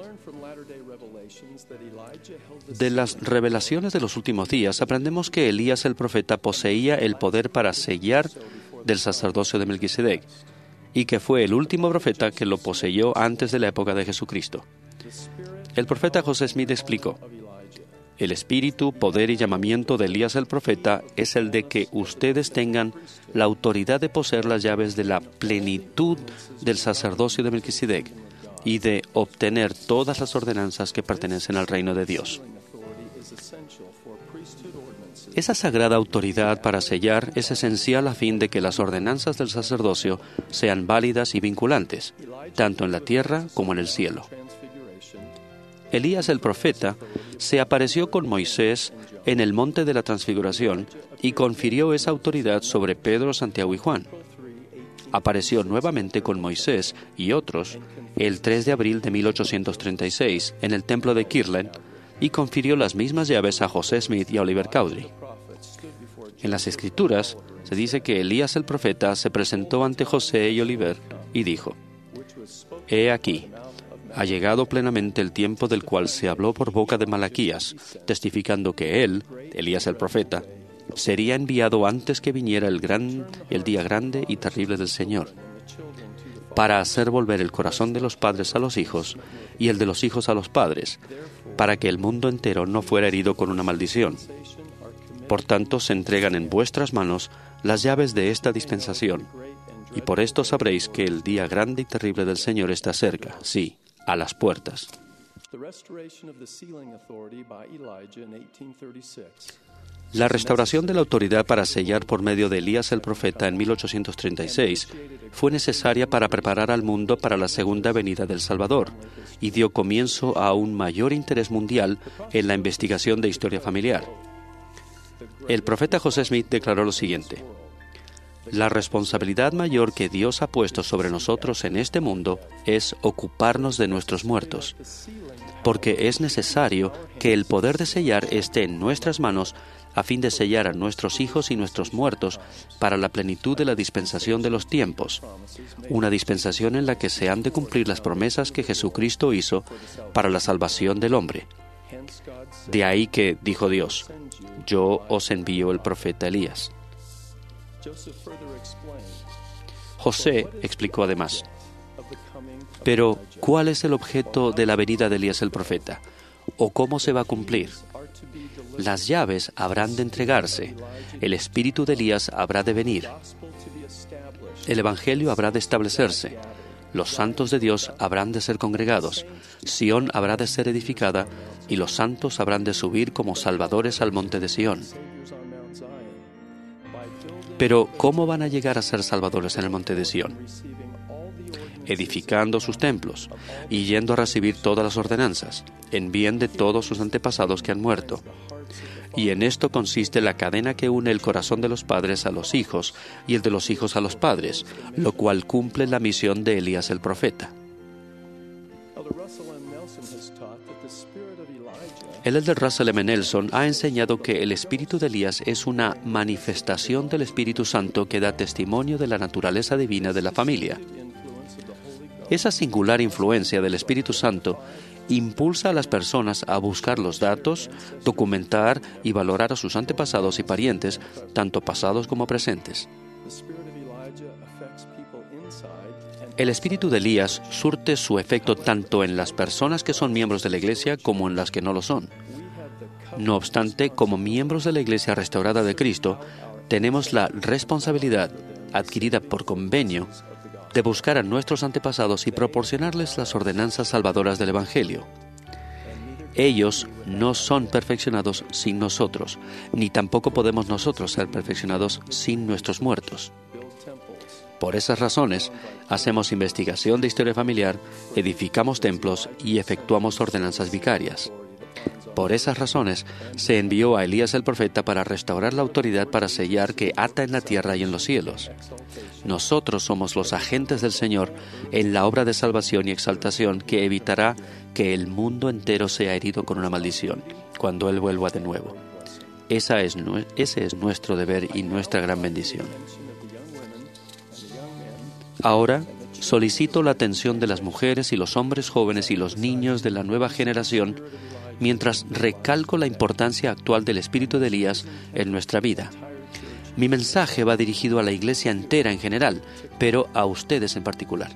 De las revelaciones de los últimos días aprendemos que Elías el profeta poseía el poder para sellar del sacerdocio de Melquisedec y que fue el último profeta que lo poseyó antes de la época de Jesucristo. El profeta José Smith explicó: el espíritu, poder y llamamiento de Elías el profeta es el de que ustedes tengan la autoridad de poseer las llaves de la plenitud del sacerdocio de Melquisedec, y de obtener todas las ordenanzas que pertenecen al reino de Dios. Esa sagrada autoridad para sellar es esencial a fin de que las ordenanzas del sacerdocio sean válidas y vinculantes, tanto en la tierra como en el cielo. Elías el profeta se apareció con Moisés en el monte de la Transfiguración y confirió esa autoridad sobre Pedro, Santiago y Juan. Apareció nuevamente con Moisés y otros el tres de abril de mil ochocientos treinta y seis en el templo de Kirtland y confirió las mismas llaves a José Smith y a Oliver Cowdery. En las Escrituras se dice que Elías el profeta se presentó ante José y Oliver y dijo: «He aquí, ha llegado plenamente el tiempo del cual se habló por boca de Malaquías, testificando que él, Elías el profeta, sería enviado antes que viniera el, gran, el día grande y terrible del Señor, para hacer volver el corazón de los padres a los hijos y el de los hijos a los padres, para que el mundo entero no fuera herido con una maldición. Por tanto, se entregan en vuestras manos las llaves de esta dispensación, y por esto sabréis que el día grande y terrible del Señor está cerca, sí, a las puertas». La restauración de la autoridad para sellar por medio de Elías el profeta en mil ochocientos treinta y seis fue necesaria para preparar al mundo para la segunda venida del Salvador y dio comienzo a un mayor interés mundial en la investigación de historia familiar. El profeta José Smith declaró lo siguiente: «La responsabilidad mayor que Dios ha puesto sobre nosotros en este mundo es ocuparnos de nuestros muertos, porque es necesario que el poder de sellar esté en nuestras manos a fin de sellar a nuestros hijos y nuestros muertos para la plenitud de la dispensación de los tiempos, una dispensación en la que se han de cumplir las promesas que Jesucristo hizo para la salvación del hombre. De ahí que, dijo Dios, yo os envío el profeta Elías». José explicó además: «Pero, ¿cuál es el objeto de la venida de Elías el profeta? ¿O cómo se va a cumplir? Las llaves habrán de entregarse, el espíritu de Elías habrá de venir, el evangelio habrá de establecerse, los santos de Dios habrán de ser congregados, Sión habrá de ser edificada y los santos habrán de subir como salvadores al monte de Sión». Pero, ¿cómo van a llegar a ser salvadores en el monte de Sión? Edificando sus templos y yendo a recibir todas las ordenanzas, en bien de todos sus antepasados que han muerto. Y en esto consiste la cadena que une el corazón de los padres a los hijos y el de los hijos a los padres, lo cual cumple la misión de Elías el profeta. El elder Russell M. Nelson ha enseñado que el espíritu de Elías es una manifestación del Espíritu Santo que da testimonio de la naturaleza divina de la familia. Esa singular influencia del Espíritu Santo impulsa a las personas a buscar los datos, documentar y valorar a sus antepasados y parientes, tanto pasados como presentes. El espíritu de Elías surte su efecto tanto en las personas que son miembros de la Iglesia como en las que no lo son. No obstante, como miembros de la Iglesia restaurada de Cristo, tenemos la responsabilidad, adquirida por convenio, de buscar a nuestros antepasados y proporcionarles las ordenanzas salvadoras del Evangelio. Ellos no son perfeccionados sin nosotros, ni tampoco podemos nosotros ser perfeccionados sin nuestros muertos. Por esas razones, hacemos investigación de historia familiar, edificamos templos y efectuamos ordenanzas vicarias. Por esas razones, se envió a Elías el profeta para restaurar la autoridad para sellar que ata en la tierra y en los cielos. Nosotros somos los agentes del Señor en la obra de salvación y exaltación que evitará que el mundo entero sea herido con una maldición, cuando Él vuelva de nuevo. Esa es, ese es nuestro deber y nuestra gran bendición. Ahora, solicito la atención de las mujeres y los hombres jóvenes y los niños de la nueva generación mientras recalco la importancia actual del espíritu de Elías en nuestra vida. Mi mensaje va dirigido a la iglesia entera en general, pero a ustedes en particular.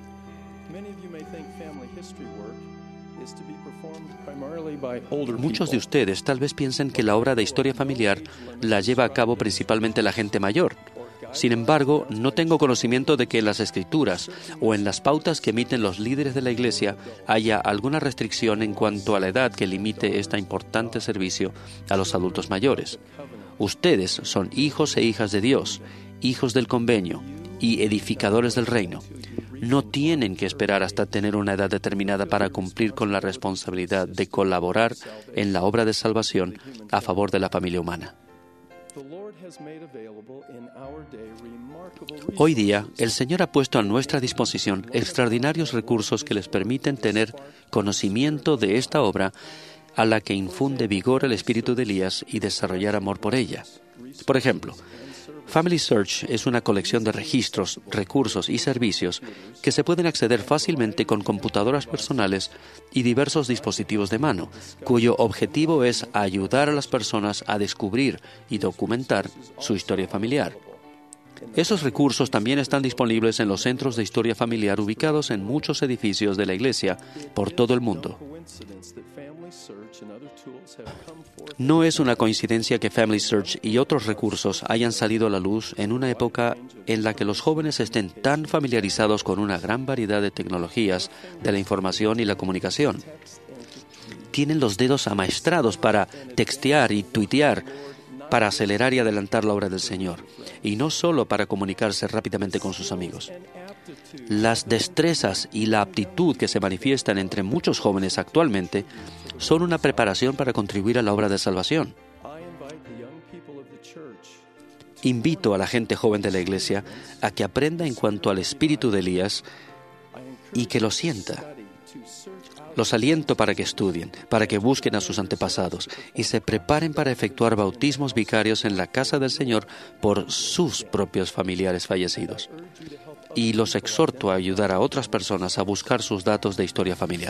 Muchos de ustedes tal vez piensen que la obra de historia familiar la lleva a cabo principalmente la gente mayor, Sin embargo, no tengo conocimiento de que en las Escrituras o en las pautas que emiten los líderes de la Iglesia haya alguna restricción en cuanto a la edad que limite este importante servicio a los adultos mayores. Ustedes son hijos e hijas de Dios, hijos del convenio y edificadores del reino. No tienen que esperar hasta tener una edad determinada para cumplir con la responsabilidad de colaborar en la obra de salvación a favor de la familia humana. Hoy día, el Señor ha puesto a nuestra disposición extraordinarios recursos que les permiten tener conocimiento de esta obra a la que infunde vigor el espíritu de Elías y desarrollar amor por ella. Por ejemplo, Family Search es una colección de registros, recursos y servicios que se pueden acceder fácilmente con computadoras personales y diversos dispositivos de mano, cuyo objetivo es ayudar a las personas a descubrir y documentar su historia familiar. Esos recursos también están disponibles en los centros de historia familiar ubicados en muchos edificios de la Iglesia por todo el mundo. No es una coincidencia que Family Search y otros recursos hayan salido a la luz en una época en la que los jóvenes estén tan familiarizados con una gran variedad de tecnologías de la información y la comunicación. Tienen los dedos amaestrados para textear y tuitear, para acelerar y adelantar la obra del Señor, y no solo para comunicarse rápidamente con sus amigos. Las destrezas y la aptitud que se manifiestan entre muchos jóvenes actualmente son una preparación para contribuir a la obra de salvación. Invito a la gente joven de la Iglesia a que aprenda en cuanto al espíritu de Elías y que lo sienta. Los aliento para que estudien, para que busquen a sus antepasados y se preparen para efectuar bautismos vicarios en la casa del Señor por sus propios familiares fallecidos. Y los exhorto a ayudar a otras personas a buscar sus datos de historia familiar.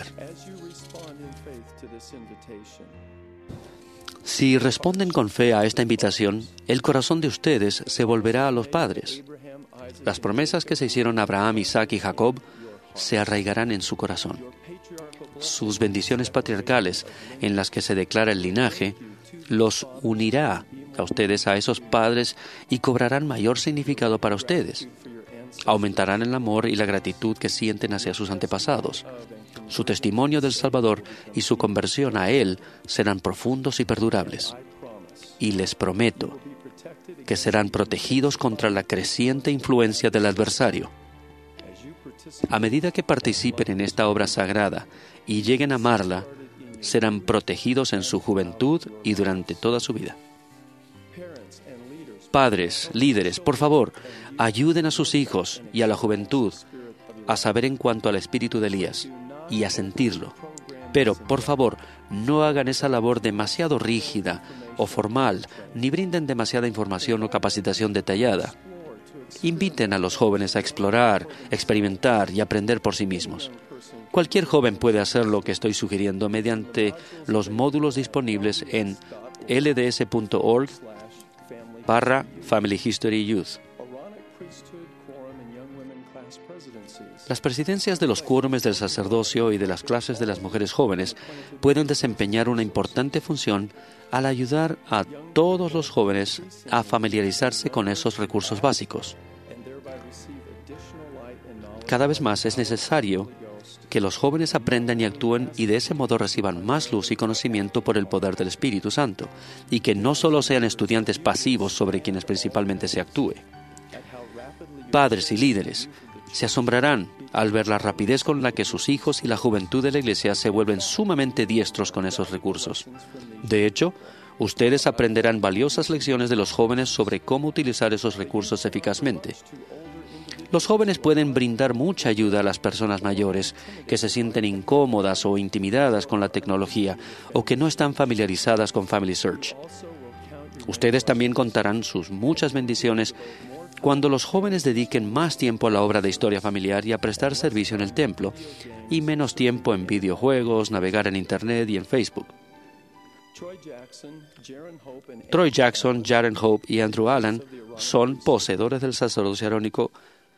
Si responden con fe a esta invitación, el corazón de ustedes se volverá a los padres. Las promesas que se hicieron a Abraham, Isaac y Jacob se arraigarán en su corazón. Sus bendiciones patriarcales, en las que se declara el linaje, los unirá a ustedes a esos padres y cobrarán mayor significado para ustedes. Aumentarán el amor y la gratitud que sienten hacia sus antepasados. Su testimonio del Salvador y su conversión a Él serán profundos y perdurables. Y les prometo que serán protegidos contra la creciente influencia del adversario. A medida que participen en esta obra sagrada y lleguen a amarla, serán protegidos en su juventud y durante toda su vida. Padres, líderes, por favor, ayuden a sus hijos y a la juventud a saber en cuanto al espíritu de Elías y a sentirlo. Pero, por favor, no hagan esa labor demasiado rígida o formal, ni brinden demasiada información o capacitación detallada. Inviten a los jóvenes a explorar, experimentar y aprender por sí mismos. Cualquier joven puede hacer lo que estoy sugiriendo mediante los módulos disponibles en l d s punto org barra Family History Youth. Las presidencias de los quórumes del sacerdocio y de las clases de las mujeres jóvenes pueden desempeñar una importante función al ayudar a todos los jóvenes a familiarizarse con esos recursos básicos. Cada vez más es necesario que los jóvenes aprendan y actúen y de ese modo reciban más luz y conocimiento por el poder del Espíritu Santo, y que no solo sean estudiantes pasivos sobre quienes principalmente se actúe. Padres y líderes se asombrarán al ver la rapidez con la que sus hijos y la juventud de la Iglesia se vuelven sumamente diestros con esos recursos. De hecho, ustedes aprenderán valiosas lecciones de los jóvenes sobre cómo utilizar esos recursos eficazmente. Los jóvenes pueden brindar mucha ayuda a las personas mayores que se sienten incómodas o intimidadas con la tecnología o que no están familiarizadas con Family Search. Ustedes también contarán sus muchas bendiciones cuando los jóvenes dediquen más tiempo a la obra de historia familiar y a prestar servicio en el templo, y menos tiempo en videojuegos, navegar en Internet y en Facebook. Troy Jackson, Jaren Hope y Andrew Allen son poseedores del sacerdocio arónico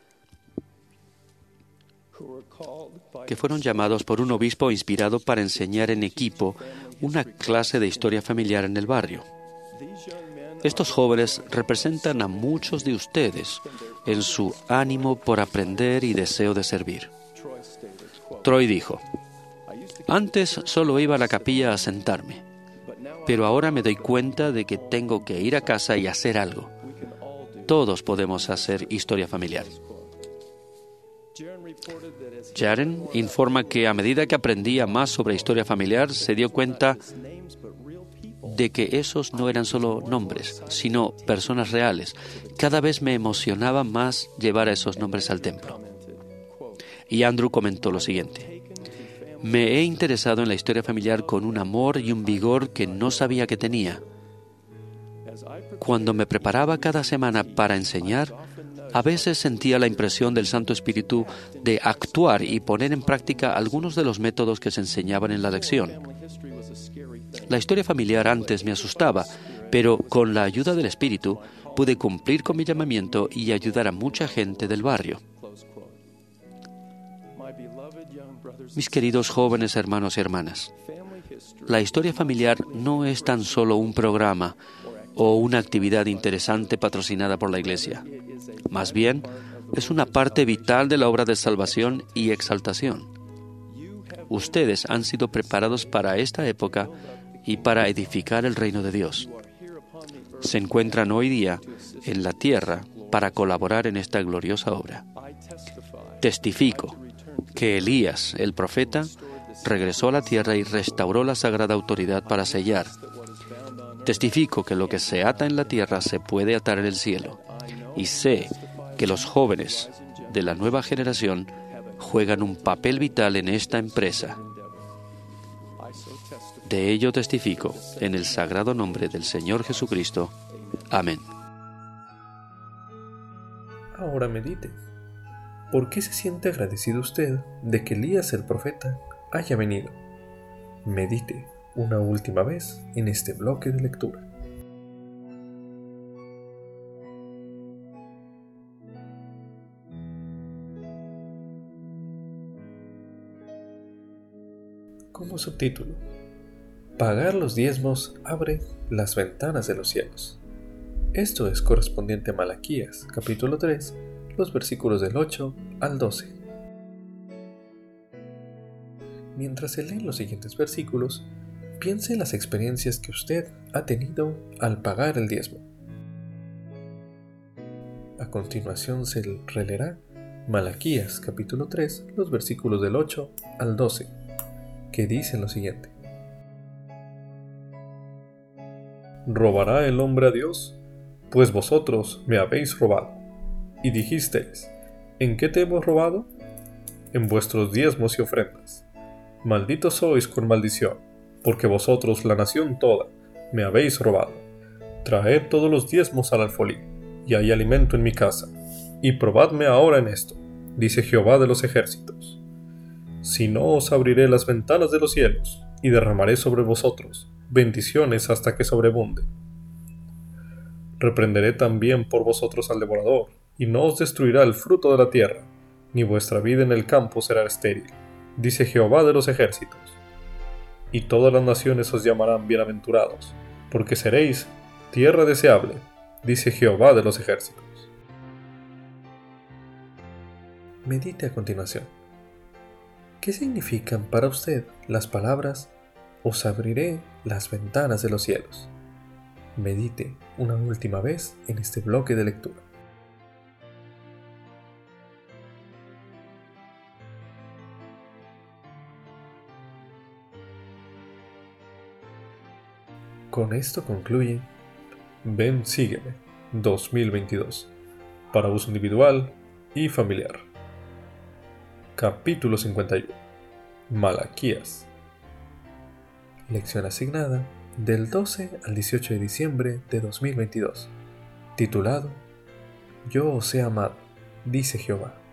que fueron llamados por un obispo inspirado para enseñar en equipo una clase de historia familiar en el barrio. Estos jóvenes representan a muchos de ustedes en su ánimo por aprender y deseo de servir. Troy dijo, antes solo iba a la capilla a sentarme, pero ahora me doy cuenta de que tengo que ir a casa y hacer algo. Todos podemos hacer historia familiar. Jaren informa que a medida que aprendía más sobre historia familiar, se dio cuenta de que esos no eran solo nombres, sino personas reales. Cada vez me emocionaba más llevar a esos nombres al templo. Y Andrew comentó lo siguiente: me he interesado en la historia familiar con un amor y un vigor que no sabía que tenía. Cuando me preparaba cada semana para enseñar, a veces sentía la impresión del Santo Espíritu de actuar y poner en práctica algunos de los métodos que se enseñaban en la lección. La historia familiar antes me asustaba, pero con la ayuda del Espíritu pude cumplir con mi llamamiento y ayudar a mucha gente del barrio. Mis queridos jóvenes hermanos y hermanas, la historia familiar no es tan solo un programa o una actividad interesante patrocinada por la Iglesia. Más bien, es una parte vital de la obra de salvación y exaltación. Ustedes han sido preparados para esta época y para edificar el reino de Dios. Se encuentran hoy día en la tierra para colaborar en esta gloriosa obra. Testifico que Elías, el profeta, regresó a la tierra y restauró la sagrada autoridad para sellar. Testifico que lo que se ata en la tierra se puede atar en el cielo. Y sé que los jóvenes de la nueva generación juegan un papel vital en esta empresa. De ello testifico en el sagrado nombre del Señor Jesucristo. Amén. Ahora medite. ¿Por qué se siente agradecido usted de que Elías el profeta haya venido? Medite una última vez en este bloque de lectura. Como subtítulo: pagar los diezmos abre las ventanas de los cielos. Esto es correspondiente a Malaquías, capítulo tres, los versículos del ocho al doce. Mientras se leen los siguientes versículos, piense en las experiencias que usted ha tenido al pagar el diezmo. A continuación se releerá Malaquías, capítulo tres, los versículos del ocho al doce, que dicen lo siguiente: ¿robará el hombre a Dios? Pues vosotros me habéis robado. Y dijisteis: ¿en qué te hemos robado? En vuestros diezmos y ofrendas. Malditos sois con maldición, porque vosotros, la nación toda, me habéis robado. Traed todos los diezmos al alfolí, y hay alimento en mi casa. Y probadme ahora en esto, dice Jehová de los ejércitos. Si no, os abriré las ventanas de los cielos, y derramaré sobre vosotros bendiciones hasta que sobreabunden. Reprenderé también por vosotros al devorador, y no os destruirá el fruto de la tierra, ni vuestra vida en el campo será estéril, dice Jehová de los ejércitos. Y todas las naciones os llamarán bienaventurados, porque seréis tierra deseable, dice Jehová de los ejércitos. Medite a continuación. ¿Qué significan para usted las palabras «Os abriré las ventanas de los cielos»? Medite una última vez en este bloque de lectura. Con esto concluye Ven, sígueme dos mil veintidós para uso individual y familiar. Capítulo cincuenta y uno. Malaquías. Lección asignada del doce al dieciocho de diciembre de dos mil veintidós, titulado Yo os he amado, dice Jehová.